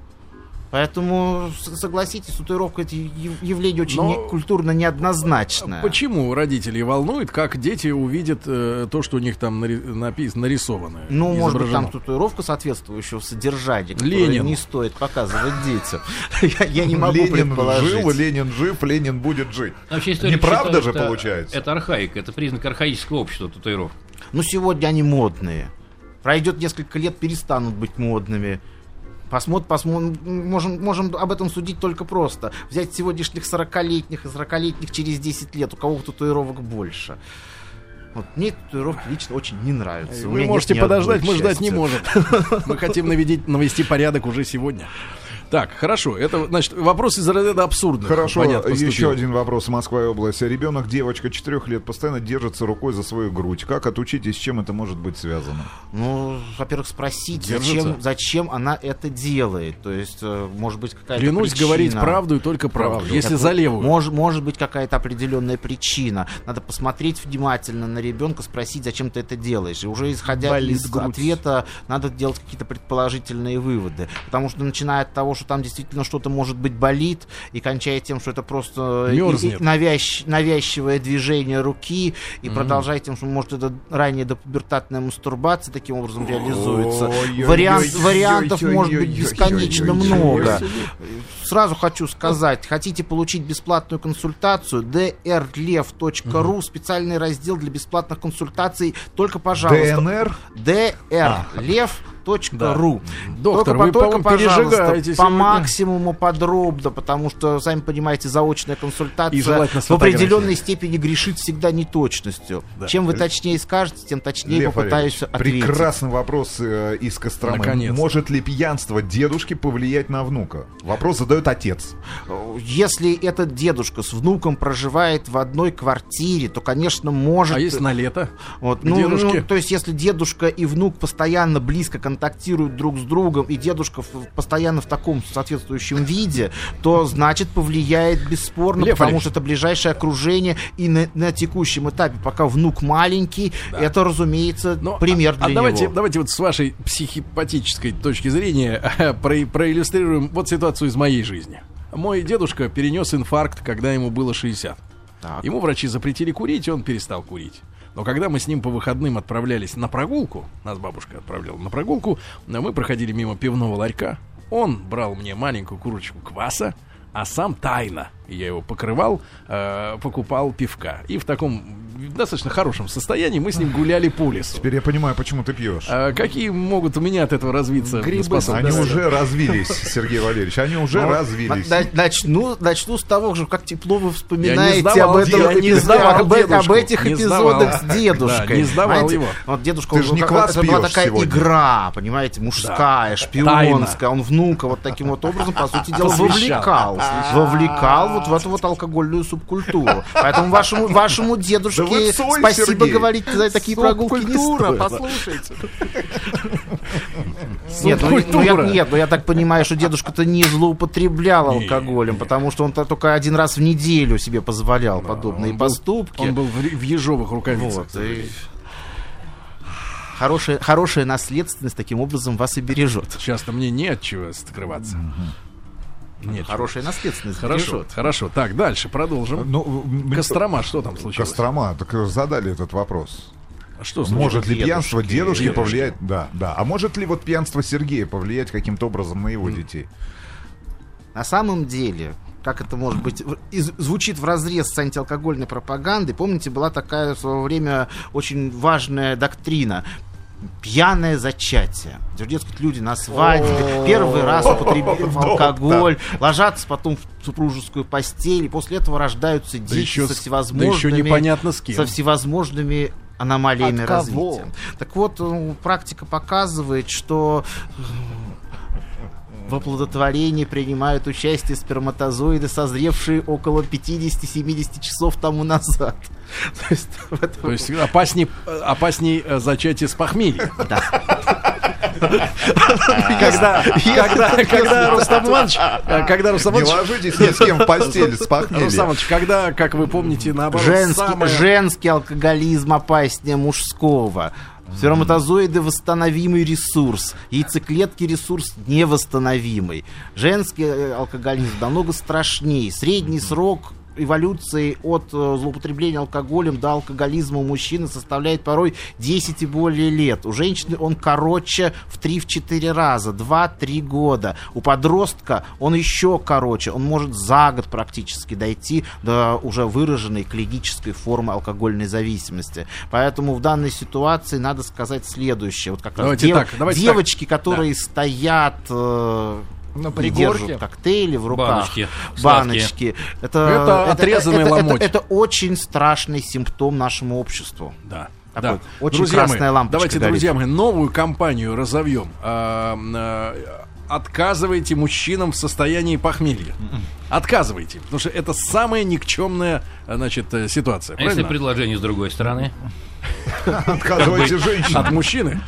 Speaker 3: Поэтому, с- согласитесь, татуировка — это яв- явление очень
Speaker 2: Но-
Speaker 3: не- культурно неоднозначное.
Speaker 2: Почему родителей волнует, как дети увидят э, то, что у них там нари- напис- нарисовано?
Speaker 3: Ну, может быть,
Speaker 2: изображено?
Speaker 3: там татуировка соответствующего содержания, которую
Speaker 2: Ленин.
Speaker 3: не стоит показывать детям. Я- Я не могу
Speaker 4: Ленин
Speaker 3: предположить.
Speaker 4: жил, Ленин жив, Ленин будет жить.
Speaker 5: Вообще историки
Speaker 4: Неправда
Speaker 5: считают,
Speaker 4: же
Speaker 5: это-
Speaker 4: получается?
Speaker 5: Это архаика, это признак архаического общества, татуировка.
Speaker 3: Ну, сегодня они модные. Пройдет несколько лет, перестанут быть модными. Посмотрим, посмотрим, можем, можем об этом судить только просто. Взять сегодняшних сорокалетних и сорокалетних через десять лет, у кого татуировок больше. Вот, мне татуировки лично очень не нравятся. У
Speaker 2: Вы
Speaker 3: меня нет
Speaker 2: можете
Speaker 3: ни одной,
Speaker 2: подождать, мы
Speaker 3: к
Speaker 2: ждать не
Speaker 3: счастью.
Speaker 2: можем. Мы хотим наведить, навести порядок уже сегодня. Так, хорошо. Это, значит, вопрос из разряда абсурдных.
Speaker 4: Хорошо,
Speaker 2: Понятно, поступил.
Speaker 4: еще один вопрос. Москва и область. Ребенок, девочка четырех лет, постоянно держится рукой за свою грудь. Как отучить и с чем это может быть связано?
Speaker 3: Ну, во-первых, спросить,
Speaker 2: Держится.
Speaker 3: зачем, зачем она это делает. То есть, э, может быть, какая-то
Speaker 2: Клянусь
Speaker 3: причина.
Speaker 2: говорить правду и только правду. Если
Speaker 3: Это
Speaker 2: за левую.
Speaker 3: Может, может быть какая-то определенная причина. Надо посмотреть внимательно на ребенка, спросить, зачем ты это делаешь. И уже исходя
Speaker 2: Болит
Speaker 3: из
Speaker 2: грудь.
Speaker 3: ответа, надо делать какие-то предположительные выводы. Потому что начиная от того, что там действительно что-то может быть болит, и кончая тем, что это просто и- и
Speaker 2: Мёрзнет.
Speaker 3: навязч- навязчивое движение руки, и продолжая тем, что может это ранее допубертатная мастурбация таким образом реализуется.
Speaker 4: Ой-ой-ой-ой-ой-ой-ой-ой-ой-ой-ой-ой.
Speaker 3: Вариант, вариантов может быть бесконечно много.
Speaker 2: себе.
Speaker 3: Сразу хочу сказать, хотите получить бесплатную консультацию, ди эр лев точка ру, специальный раздел для бесплатных консультаций, только пожалуйста.
Speaker 4: ДНР?
Speaker 3: ди эр лев точка ру.
Speaker 2: Доктор,
Speaker 3: только,
Speaker 2: вы,
Speaker 3: только,
Speaker 2: по-моему,
Speaker 3: пожалуйста,
Speaker 2: пережигаете
Speaker 3: по
Speaker 2: сегодня.
Speaker 3: максимуму подробно, потому что, сами понимаете, заочная
Speaker 2: И
Speaker 3: консультация
Speaker 2: желательно с
Speaker 3: в определенной
Speaker 2: фотографией.
Speaker 3: степени грешит всегда неточностью. Чем вы точнее скажете, тем точнее
Speaker 4: Лев
Speaker 3: попытаюсь
Speaker 4: Олегович,
Speaker 3: ответить.
Speaker 4: прекрасный вопрос э, из Костромы.
Speaker 2: Наконец-то.
Speaker 4: Может ли пьянство дедушки повлиять на внука? Вопрос задает отец.
Speaker 3: Если этот дедушка с внуком проживает в одной квартире, то, конечно, может...
Speaker 2: А если на лето?
Speaker 3: Вот,
Speaker 2: к
Speaker 3: ну,
Speaker 2: дедушке?
Speaker 3: ну, то есть, если дедушка и внук постоянно близко контактируют, контактируют друг с другом, и дедушка в, постоянно в таком соответствующем виде, то значит повлияет бесспорно,
Speaker 2: Лев
Speaker 3: потому
Speaker 2: Олегович.
Speaker 3: что это ближайшее окружение, и на, на текущем этапе, пока внук маленький,
Speaker 2: Да.
Speaker 3: это, разумеется,
Speaker 2: Ну,
Speaker 3: пример
Speaker 2: а,
Speaker 3: для
Speaker 2: а давайте,
Speaker 3: него.
Speaker 2: давайте вот с вашей психопатической точки зрения про, проиллюстрируем вот ситуацию из моей жизни. Мой дедушка перенес инфаркт, когда ему было шестьдесят.
Speaker 3: Так.
Speaker 2: Ему врачи запретили курить, и он перестал курить. Но когда мы с ним по выходным отправлялись на прогулку, нас бабушка отправляла на прогулку, мы проходили мимо пивного ларька, он брал мне маленькую курочку кваса, а сам тайно, я его покрывал, э, покупал пивка. И в таком достаточно хорошем состоянии мы с ним гуляли по лесу.
Speaker 4: Теперь я понимаю, почему ты пьешь.
Speaker 2: А какие могут у меня от этого развиться
Speaker 6: Грибы
Speaker 2: способности?
Speaker 4: Они уже развились, Сергей Валерьевич, они уже
Speaker 3: Ну,
Speaker 4: развились.
Speaker 3: на- Начну, начну с того же, как тепло вы вспоминаете
Speaker 2: сдавал
Speaker 3: об, этом,
Speaker 2: дед- я не
Speaker 3: эпизоде-
Speaker 2: сдавал
Speaker 3: об, об
Speaker 2: дедушку,
Speaker 3: этих
Speaker 2: не
Speaker 3: эпизодах
Speaker 2: сдавал.
Speaker 3: с дедушкой.
Speaker 2: Да, не сдавал
Speaker 3: Понимаете?
Speaker 2: его.
Speaker 3: Вот дедушка,
Speaker 4: Ты
Speaker 3: он-
Speaker 4: же не
Speaker 3: как-
Speaker 4: квас
Speaker 3: это была
Speaker 4: пьешь
Speaker 3: такая
Speaker 4: сегодня.
Speaker 3: игра, понимаете, мужская, шпионская. Он внука вот таким вот образом, по сути дела,
Speaker 2: Посвящал.
Speaker 3: вовлекал. Вовлекал вот в эту вот алкогольную субкультуру. Поэтому вашему, вашему
Speaker 4: Да
Speaker 3: дедушке
Speaker 4: вы соль,
Speaker 3: спасибо
Speaker 4: Сергей.
Speaker 3: говорить за такие прогулки не
Speaker 2: Субкультура,
Speaker 3: стоит.
Speaker 2: послушайте.
Speaker 3: Нет, ну, ну, я,
Speaker 2: Субкультура.
Speaker 3: нет, ну я так понимаю, что дедушка-то не злоупотреблял алкоголем, потому что он -то только один раз в неделю себе позволял подобные
Speaker 2: Он был-
Speaker 3: поступки.
Speaker 2: Он был в, ри- в ежовых рукавицах.
Speaker 3: Вот, и хорошая, хорошая наследственность таким образом вас и бережет.
Speaker 2: Часто мне не от чего скрываться. Нет.
Speaker 3: Хорошая наследственность
Speaker 2: Хорошо,
Speaker 3: бережет.
Speaker 2: хорошо. Так, дальше продолжим.
Speaker 4: Ну, м-
Speaker 2: Кострома, что там случилось?
Speaker 4: Кострома, так задали этот вопрос.
Speaker 2: А что случилось?
Speaker 4: Может ли
Speaker 3: Дедушки,
Speaker 4: пьянство дедушки,
Speaker 2: дедушки.
Speaker 4: повлиять? Да, да. А может ли вот пьянство Сергея повлиять каким-то образом на его детей?
Speaker 3: На самом деле, как это может быть, в- из- звучит вразрез с антиалкогольной пропагандой. Помните, была такая в свое время очень важная доктрина. Пьяное зачатие. Дескать, люди на свадьбе первый раз употребив алкоголь, ложатся потом в супружескую постель, и после этого рождаются дети
Speaker 2: еще
Speaker 3: со
Speaker 2: с- да
Speaker 3: всевозможными,
Speaker 2: еще непонятно с кем.
Speaker 3: со всевозможными аномалиями
Speaker 6: От кого?
Speaker 3: развития. Так вот, э, практика показывает, что в оплодотворении принимают участие сперматозоиды, созревшие около пятьдесят-семьдесят часов тому назад. То есть, в этом-
Speaker 2: То есть опасней, опасней э, зачатие с похмелья. Когда, когда, когда Рустам Иванович, э, когда Рустам
Speaker 4: Не
Speaker 2: Иванович,
Speaker 4: ложитесь ни с кем в постель с
Speaker 2: Рустам
Speaker 4: похмелья.
Speaker 2: Иванович, когда, как вы помните, наоборот,
Speaker 3: Женский,
Speaker 2: самое-
Speaker 3: женский алкоголизм опаснее мужского. Сперматозоиды — восстановимый ресурс. Яйцеклетки — ресурс невосстановимый. Женский э, алкоголизм намного страшнее. Средний срок эволюции от э, злоупотребления алкоголем до алкоголизма у мужчины составляет порой десять и более лет. У женщины он короче в три-четыре раза, два-три года. У подростка он еще короче, он может за год практически дойти до уже выраженной клинической формы алкогольной зависимости. Поэтому в данной ситуации надо сказать следующее. Вот как раз
Speaker 2: Давайте
Speaker 3: дев-
Speaker 2: так, давайте
Speaker 3: девочки,
Speaker 2: так.
Speaker 3: которые стоят... э,
Speaker 6: На
Speaker 3: и
Speaker 6: пригорке.
Speaker 3: держат коктейли в руках,
Speaker 5: Баночки
Speaker 3: баночки. Это,
Speaker 2: Это отрезанный
Speaker 3: это,
Speaker 2: ломоть.
Speaker 3: Это, это очень страшный симптом нашему обществу.
Speaker 2: Да.
Speaker 3: Такой
Speaker 2: Да.
Speaker 3: очень
Speaker 2: Друзья
Speaker 3: красная
Speaker 2: мои,
Speaker 3: лампочка
Speaker 2: давайте,
Speaker 3: горит.
Speaker 2: друзья мои, новую кампанию разовьем. А, а, Отказывайте мужчинам в состоянии похмелья. Отказывайте, потому что это самая никчемная, значит, э, ситуация.
Speaker 5: А если
Speaker 2: Правильно?
Speaker 5: предложение с другой стороны?
Speaker 4: Отказывайте женщине.
Speaker 2: От мужчины.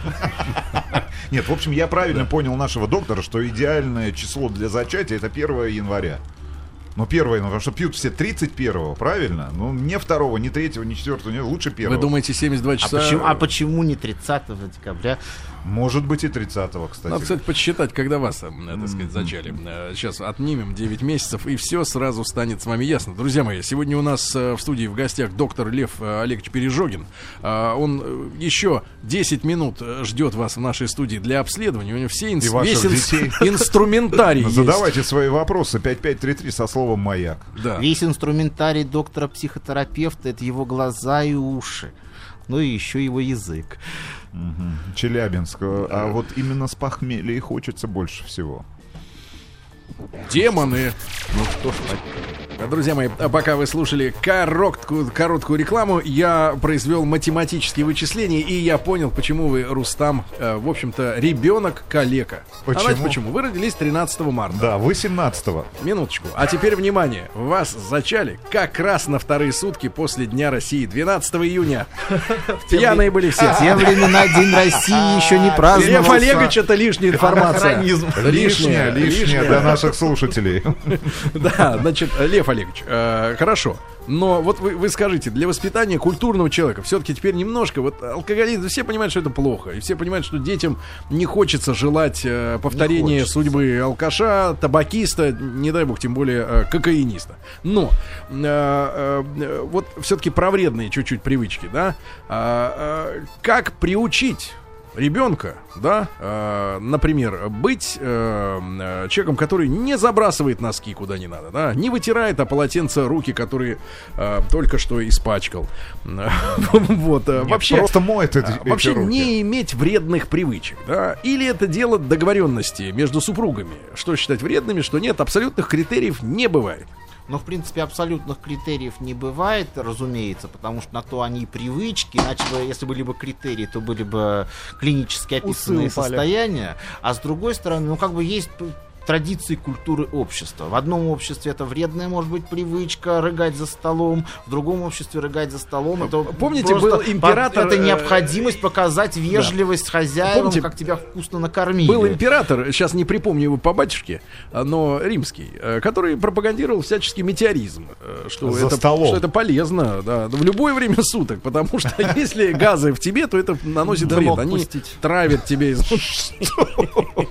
Speaker 4: Нет, в общем, я правильно понял нашего доктора, что идеальное число для зачатия это первое января. Ну, первое, ну, потому что пьют все тридцать первого, правильно? Ну, не второго, не третьего, не четвертого, не лучше первого.
Speaker 2: Вы думаете, семьдесят два
Speaker 3: А
Speaker 2: часа...
Speaker 3: почему, а почему не тридцатого декабря?
Speaker 4: Может быть и тридцатого, кстати.
Speaker 2: Надо, кстати, подсчитать, когда вас, э, так сказать, зачали. Э, Сейчас отнимем девять месяцев, и все сразу станет с вами ясно. Друзья мои, сегодня у нас э, в студии в гостях доктор Лев э, Олегович Пережогин. Э, Он э, еще десять минут э, ждет вас в нашей студии для обследования. У него все инс-
Speaker 4: И ваших
Speaker 2: весь инс-
Speaker 4: детей.
Speaker 2: инструментарий есть.
Speaker 4: Задавайте свои вопросы пять пять три три со словом «Маяк».
Speaker 2: Да.
Speaker 3: Весь инструментарий доктора-психотерапевта — это его глаза и уши. Ну и еще его язык.
Speaker 4: Мгм. Челябинск. А вот именно с похмелья и хочется больше всего.
Speaker 2: Демоны.
Speaker 3: Ну что ж,
Speaker 2: Друзья мои, пока вы слушали короткую, короткую рекламу, я произвел математические вычисления, и я понял, почему вы, Рустам, э, в общем-то, ребенок-калека.
Speaker 4: Почему?
Speaker 2: А знаете почему? Вы родились тринадцатого марта.
Speaker 4: Да, восемнадцатого.
Speaker 2: Минуточку. А теперь внимание. Вас зачали как раз на вторые сутки после Дня России, двенадцатого июня. Пьяные были все.
Speaker 3: В те времена День России еще не праздновался.
Speaker 2: Лев Олегович, это лишняя информация.
Speaker 3: Анахронизм.
Speaker 4: Лишнее, лишнее для наших слушателей.
Speaker 2: Да, значит, Лев Олегович, э, хорошо. Но вот вы, вы скажите, для воспитания культурного человека все-таки теперь немножко, вот алкоголизм, все понимают, что это плохо. И все понимают, что детям не хочется желать э, повторения судьбы алкаша, табакиста, не дай бог, тем более э, кокаиниста. Но э, э, вот все-таки про вредные чуть-чуть привычки, да? Э, э, как приучить ребенка, да, э, например, быть э, человеком, который не забрасывает носки куда не надо, да, не вытирает о полотенце руки, которые э, только что испачкал. Вот, вообще
Speaker 4: просто моет эти,
Speaker 2: вообще
Speaker 4: эти руки.
Speaker 2: Не иметь вредных привычек, да, или это дело договоренности между супругами, что считать вредными, что нет, абсолютных критериев не бывает.
Speaker 3: Но, в принципе, абсолютных критериев не бывает, разумеется, потому что на то они и привычки, иначе бы, если были бы критерии, то были бы клинически описанные
Speaker 6: Усы упали.
Speaker 3: состояния. А с другой стороны, ну, как бы есть традиции культуры общества. В одном обществе это вредная, может быть, привычка рыгать за столом, в другом обществе рыгать за столом. Это
Speaker 2: Помните,
Speaker 3: просто
Speaker 2: был император,
Speaker 3: Это
Speaker 2: э,
Speaker 3: необходимость показать вежливость хозяевам,
Speaker 2: Помните,
Speaker 3: как тебя вкусно накормили.
Speaker 2: Был император, сейчас не припомню его по батюшке, но римский, э, который пропагандировал всяческий метеоризм, э, что,
Speaker 4: За
Speaker 2: это,
Speaker 4: столом.
Speaker 2: что это полезно, да, в любое время суток, потому что если газы в тебе, то это наносит вред. Они травят тебя изнутри.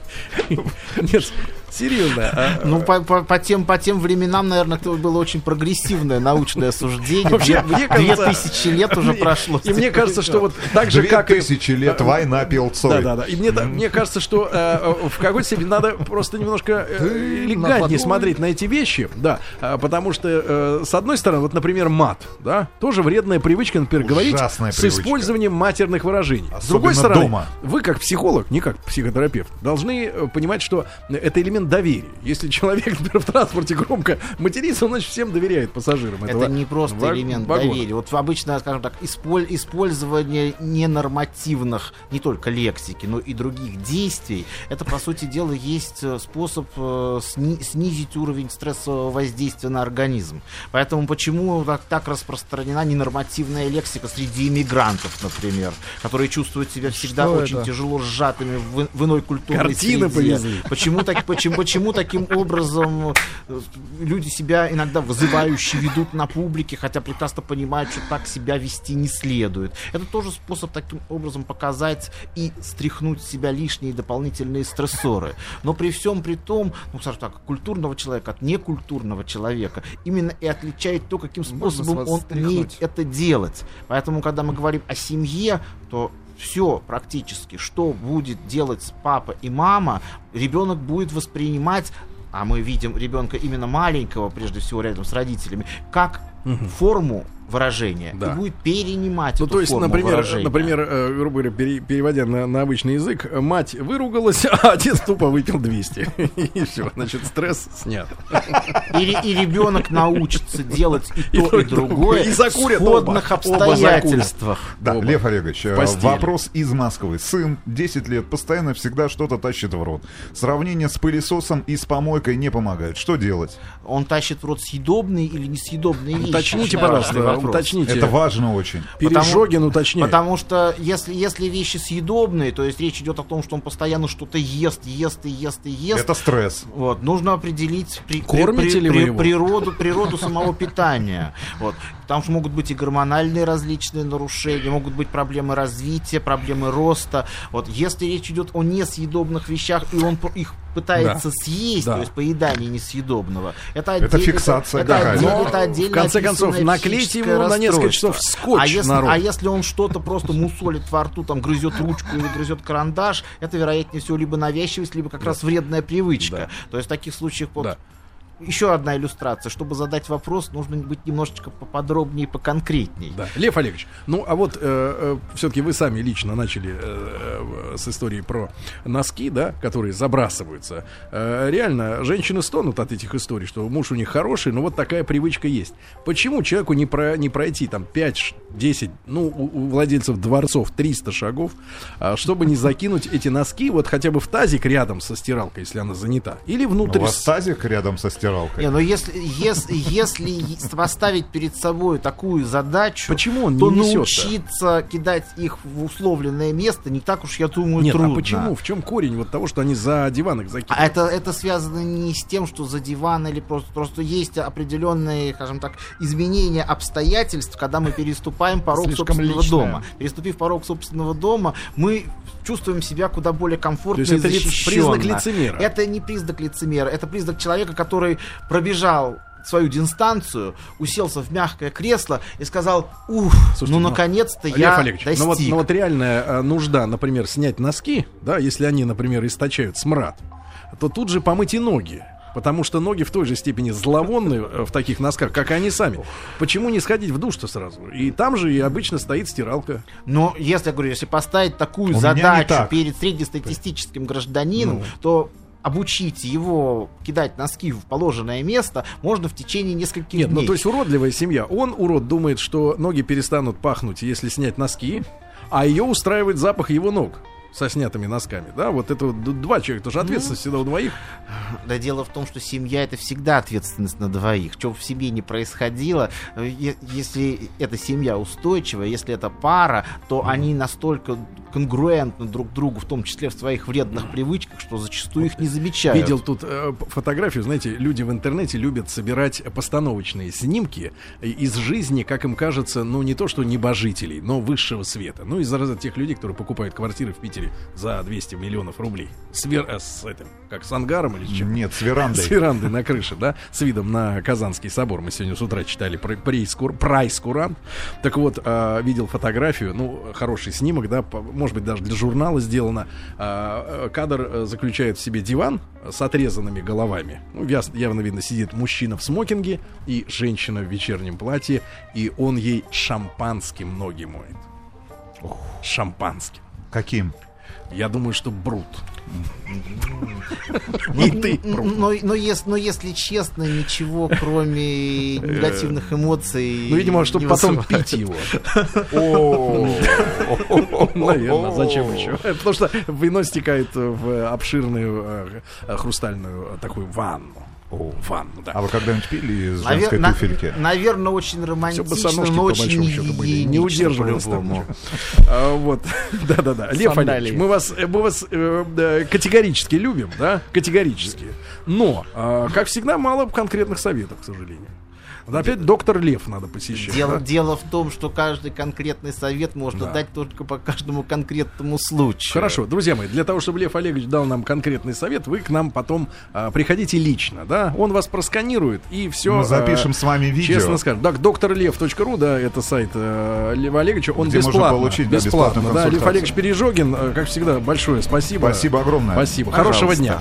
Speaker 2: Нет, серьезно. а,
Speaker 3: Ну, по, по, по, тем, по тем временам, наверное, это было очень прогрессивное научное суждение.
Speaker 2: Вообще,
Speaker 3: Две,
Speaker 2: мне
Speaker 3: две
Speaker 2: кажется,
Speaker 3: тысячи лет уже прошло.
Speaker 2: И мне кажется, что вот так же,
Speaker 4: Две
Speaker 2: как и...
Speaker 4: тысячи лет война пел Цой.
Speaker 2: Да, да, да. И мне, да, мне кажется, что э, в какой-то степени надо просто немножко э, элегантнее смотреть на эти вещи, да, э, потому что э, с одной стороны, вот, например, мат, да, тоже вредная привычка, например, говорить
Speaker 4: Ужасная
Speaker 2: с
Speaker 4: привычка.
Speaker 2: использованием матерных выражений.
Speaker 4: Особенно
Speaker 2: С другой стороны,
Speaker 4: дома.
Speaker 2: вы как психолог, не как психотерапевт, должны э, понимать, что это элемент доверия. Если человек, например, в транспорте громко матерится, он, значит, всем доверяет пассажирам.
Speaker 3: Это
Speaker 2: этого
Speaker 3: не просто
Speaker 2: ваг-
Speaker 3: элемент
Speaker 2: вагона.
Speaker 3: доверия. Вот обычно, скажем так, исполь- использование ненормативных не только лексики, но и других действий, это, по сути дела, есть э, способ э, сни- снизить уровень стрессового воздействия на организм. Поэтому почему так, так распространена ненормативная лексика среди иммигрантов, например, которые чувствуют себя всегда
Speaker 6: Что
Speaker 3: очень
Speaker 6: это?
Speaker 3: тяжело сжатыми в, в иной культурной
Speaker 2: Картины
Speaker 3: среде.
Speaker 2: повезли.
Speaker 3: Почему, так, почему, почему таким образом э, люди себя иногда вызывающе ведут на публике, хотя прекрасно понимают, что так себя вести не следует. Это тоже способ таким образом показать и стряхнуть с себя лишние дополнительные стрессоры. Но при всем при том, ну, скажем так, культурного человека от некультурного человека именно и отличает то, каким
Speaker 6: Можно
Speaker 3: способом
Speaker 6: с вас
Speaker 3: он
Speaker 6: стряхнуть.
Speaker 3: умеет это делать. Поэтому, когда мы говорим о семье, то все практически, что будет делать папа и мама, ребенок будет воспринимать, а мы видим ребенка именно маленького, прежде всего рядом с родителями, как форму выражения,
Speaker 2: Да.
Speaker 3: и будет перенимать
Speaker 2: Ну,
Speaker 3: эту
Speaker 2: то есть,
Speaker 3: форму
Speaker 2: например,
Speaker 3: выражения.
Speaker 2: например, э, грубо говоря, пере- переводя на, на обычный язык, мать выругалась, а отец тупо выпил двести. И все, значит, стресс снят.
Speaker 3: И, и ребенок научится делать и
Speaker 2: И
Speaker 3: то,
Speaker 2: то,
Speaker 3: и
Speaker 2: и другое.
Speaker 3: другое
Speaker 2: И
Speaker 3: в
Speaker 2: закурят
Speaker 3: сходных
Speaker 2: оба. Оба
Speaker 3: обстоятельствах.
Speaker 4: Да,
Speaker 2: Оба.
Speaker 4: Лев Олегович, э,
Speaker 2: постели.
Speaker 4: вопрос из Москвы. Сын, десять лет, постоянно всегда что-то тащит в рот. Сравнение с пылесосом и с помойкой не помогает. Что делать?
Speaker 3: Он тащит в рот съедобные или несъедобные вещи?
Speaker 2: Уточните,
Speaker 3: Очень важный
Speaker 2: пожалуйста,
Speaker 3: вопрос.
Speaker 2: уточните.
Speaker 4: Это важно очень.
Speaker 2: Пережогин уточняет.
Speaker 3: Потому что если, если вещи съедобные, то есть речь идет о том, что он постоянно что-то ест, ест и ест и ест.
Speaker 4: Это стресс.
Speaker 3: Вот, нужно определить при-
Speaker 2: Кормите
Speaker 3: при-
Speaker 2: ли вы
Speaker 3: при-
Speaker 2: его?
Speaker 3: природу, природу самого питания. Вот. Потому что могут быть и гормональные различные нарушения, могут быть проблемы развития, проблемы роста. Вот. Если речь идет о несъедобных вещах, и он про- их пытается
Speaker 2: Да.
Speaker 3: съесть,
Speaker 2: Да.
Speaker 3: то есть поедание несъедобного, это,
Speaker 4: Это
Speaker 3: отдель-
Speaker 4: фиксация
Speaker 3: это,
Speaker 4: какая-то.
Speaker 3: отдель-
Speaker 2: Но,
Speaker 3: это отдельно
Speaker 2: в конце концов,
Speaker 3: описанное
Speaker 2: наклейте
Speaker 3: психическое
Speaker 2: его на несколько
Speaker 3: расстройство.
Speaker 2: часов скотч
Speaker 3: а если,
Speaker 2: на рот.
Speaker 3: а если он что-то просто мусолит во рту, там грызет ручку или грызет карандаш, это, вероятнее всего, либо навязчивость, либо как раз вредная привычка.
Speaker 2: Да.
Speaker 3: То есть в таких случаях вот,
Speaker 2: Да.
Speaker 3: еще одна иллюстрация. Чтобы задать вопрос, нужно быть немножечко поподробнее и поконкретней.
Speaker 2: Да. Лев Олегович, ну а вот э, э, все-таки вы сами лично начали э, э, с истории про носки, да, которые забрасываются. Э, реально, женщины стонут от этих историй, что муж у них хороший, но вот такая привычка есть. Почему человеку не, про, не пройти там пять-десять, ну, у, у владельцев дворцов триста шагов, э, чтобы не закинуть эти носки вот хотя бы в тазик рядом со стиралкой, если она занята, или внутрь?
Speaker 4: У вас тазик рядом со стиралкой.
Speaker 3: Не, но если, если, если поставить перед собой такую задачу,
Speaker 2: почему он не
Speaker 3: то
Speaker 2: несет-то?
Speaker 3: Научиться кидать их в условленное место не так уж, я думаю,
Speaker 2: Нет,
Speaker 3: трудно.
Speaker 2: а почему? В чем корень вот того, что они за диван их закидывают?
Speaker 3: А это, это связано не с тем, что за диван или просто, просто есть определенные, скажем так, изменения обстоятельств, когда мы переступаем порог
Speaker 6: Слишком
Speaker 3: собственного
Speaker 6: личное.
Speaker 3: дома. Переступив порог собственного дома, мы чувствуем себя куда более комфортно
Speaker 2: То есть
Speaker 3: и
Speaker 2: это лиц-
Speaker 3: защищенно.
Speaker 2: признак лицемера.
Speaker 3: Это не признак лицемера, это признак человека, который пробежал свою дистанцию, уселся в мягкое кресло и сказал: ух,
Speaker 2: Слушайте,
Speaker 3: ну
Speaker 2: ну,
Speaker 3: наконец-то
Speaker 2: Лев
Speaker 3: я
Speaker 2: Олегович,
Speaker 3: достиг.
Speaker 2: ну вот, ну вот реальная э, нужда, например, снять носки, да, если они, например, источают смрад, то тут же помыть и ноги. Потому что ноги в той же степени зловонны э, в таких носках, как и они сами. Почему не сходить в душ-то сразу? И там же и обычно стоит стиралка.
Speaker 3: Но если, я говорю, если поставить такую
Speaker 4: У меня не
Speaker 3: задачу
Speaker 4: так.
Speaker 3: перед среднестатистическим гражданином,
Speaker 2: Ну.
Speaker 3: то обучить его кидать носки в положенное место можно в течение нескольких
Speaker 2: Нет,
Speaker 3: дней.
Speaker 2: ну то есть уродливая семья. Он, урод, думает, что ноги перестанут пахнуть, если снять носки, а ее устраивает запах его ног со снятыми носками. Да, вот это вот д- два человека, тоже ответственность всегда у двоих.
Speaker 3: Да, дело в том, что семья — это всегда ответственность на двоих. Что бы в семье не происходило, е- если эта семья устойчивая, если это пара, то они настолько конгруентны друг другу, в том числе в своих вредных привычках, что зачастую их не замечают.
Speaker 2: Видел тут э, п- фотографию, знаете, люди в интернете любят собирать постановочные снимки из жизни, как им кажется, ну не то что небожителей, но высшего света. Ну из разряда тех людей, которые покупают квартиры в Питере за двести миллионов рублей. С, вер- э, с этим, как с ангаром или с чем?
Speaker 4: Нет, с верандой.
Speaker 2: С верандой на крыше, да, с видом на Казанский собор. Мы сегодня с утра читали про прайс-кур- прайс-курант. Так вот, э, видел фотографию, ну, хороший снимок, да, по- может быть, даже для журнала сделано. Э, э, кадр э, заключает в себе диван с отрезанными головами. Ну, яс- явно видно, сидит мужчина в смокинге и женщина в вечернем платье, и он ей шампанским ноги моет. Шампанским.
Speaker 4: Каким?
Speaker 2: Я думаю, что брут. И ты,
Speaker 3: но,
Speaker 2: брут.
Speaker 3: но, но ес- но если честно, ничего кроме негативных эмоций.
Speaker 2: Ну, видимо, чтобы
Speaker 3: не
Speaker 2: потом
Speaker 3: вызывает.
Speaker 2: пить его. Наверное, зачем еще? Потому что вино стекает в обширную э, э, хрустальную э, такую ванну. Ванну,
Speaker 4: А
Speaker 2: да.
Speaker 4: вы когда-нибудь пили из
Speaker 3: Навер-
Speaker 4: женской
Speaker 3: на-
Speaker 4: туфельки?
Speaker 3: Наверное, очень романтично,
Speaker 2: босоножки,
Speaker 3: но
Speaker 2: по
Speaker 3: очень
Speaker 2: большому счету, были. Не
Speaker 3: негигиенично
Speaker 2: удерживалось там
Speaker 3: по-любому.
Speaker 2: А, вот, да-да-да. Лев
Speaker 6: Сандалии.
Speaker 2: Олегович, мы вас, э, мы вас э, да, категорически любим, да, категорически. Но, а, как всегда, мало конкретных советов, к сожалению. Вот опять доктор Лев надо посещать.
Speaker 3: Дело,
Speaker 2: да?
Speaker 3: дело в том, что каждый конкретный совет можно
Speaker 2: Да.
Speaker 3: дать только по каждому конкретному случаю.
Speaker 2: Хорошо, друзья мои, для того, чтобы Лев Олегович дал нам конкретный совет, вы к нам потом а, приходите лично, да? Он вас просканирует и все.
Speaker 4: Мы запишем с вами видео.
Speaker 2: Честно скажем. Так, доктор лев точка ру, да, это сайт э, Льва Олеговича. Он
Speaker 4: Где можно
Speaker 2: бесплатно.
Speaker 4: получить, да,
Speaker 2: бесплатно,
Speaker 4: бесплатную
Speaker 2: да. Лев
Speaker 4: консультацию.
Speaker 2: Олегович Пережогин, э, как всегда, большое спасибо.
Speaker 4: Спасибо огромное.
Speaker 2: Спасибо.
Speaker 4: Пожалуйста.
Speaker 2: Хорошего дня.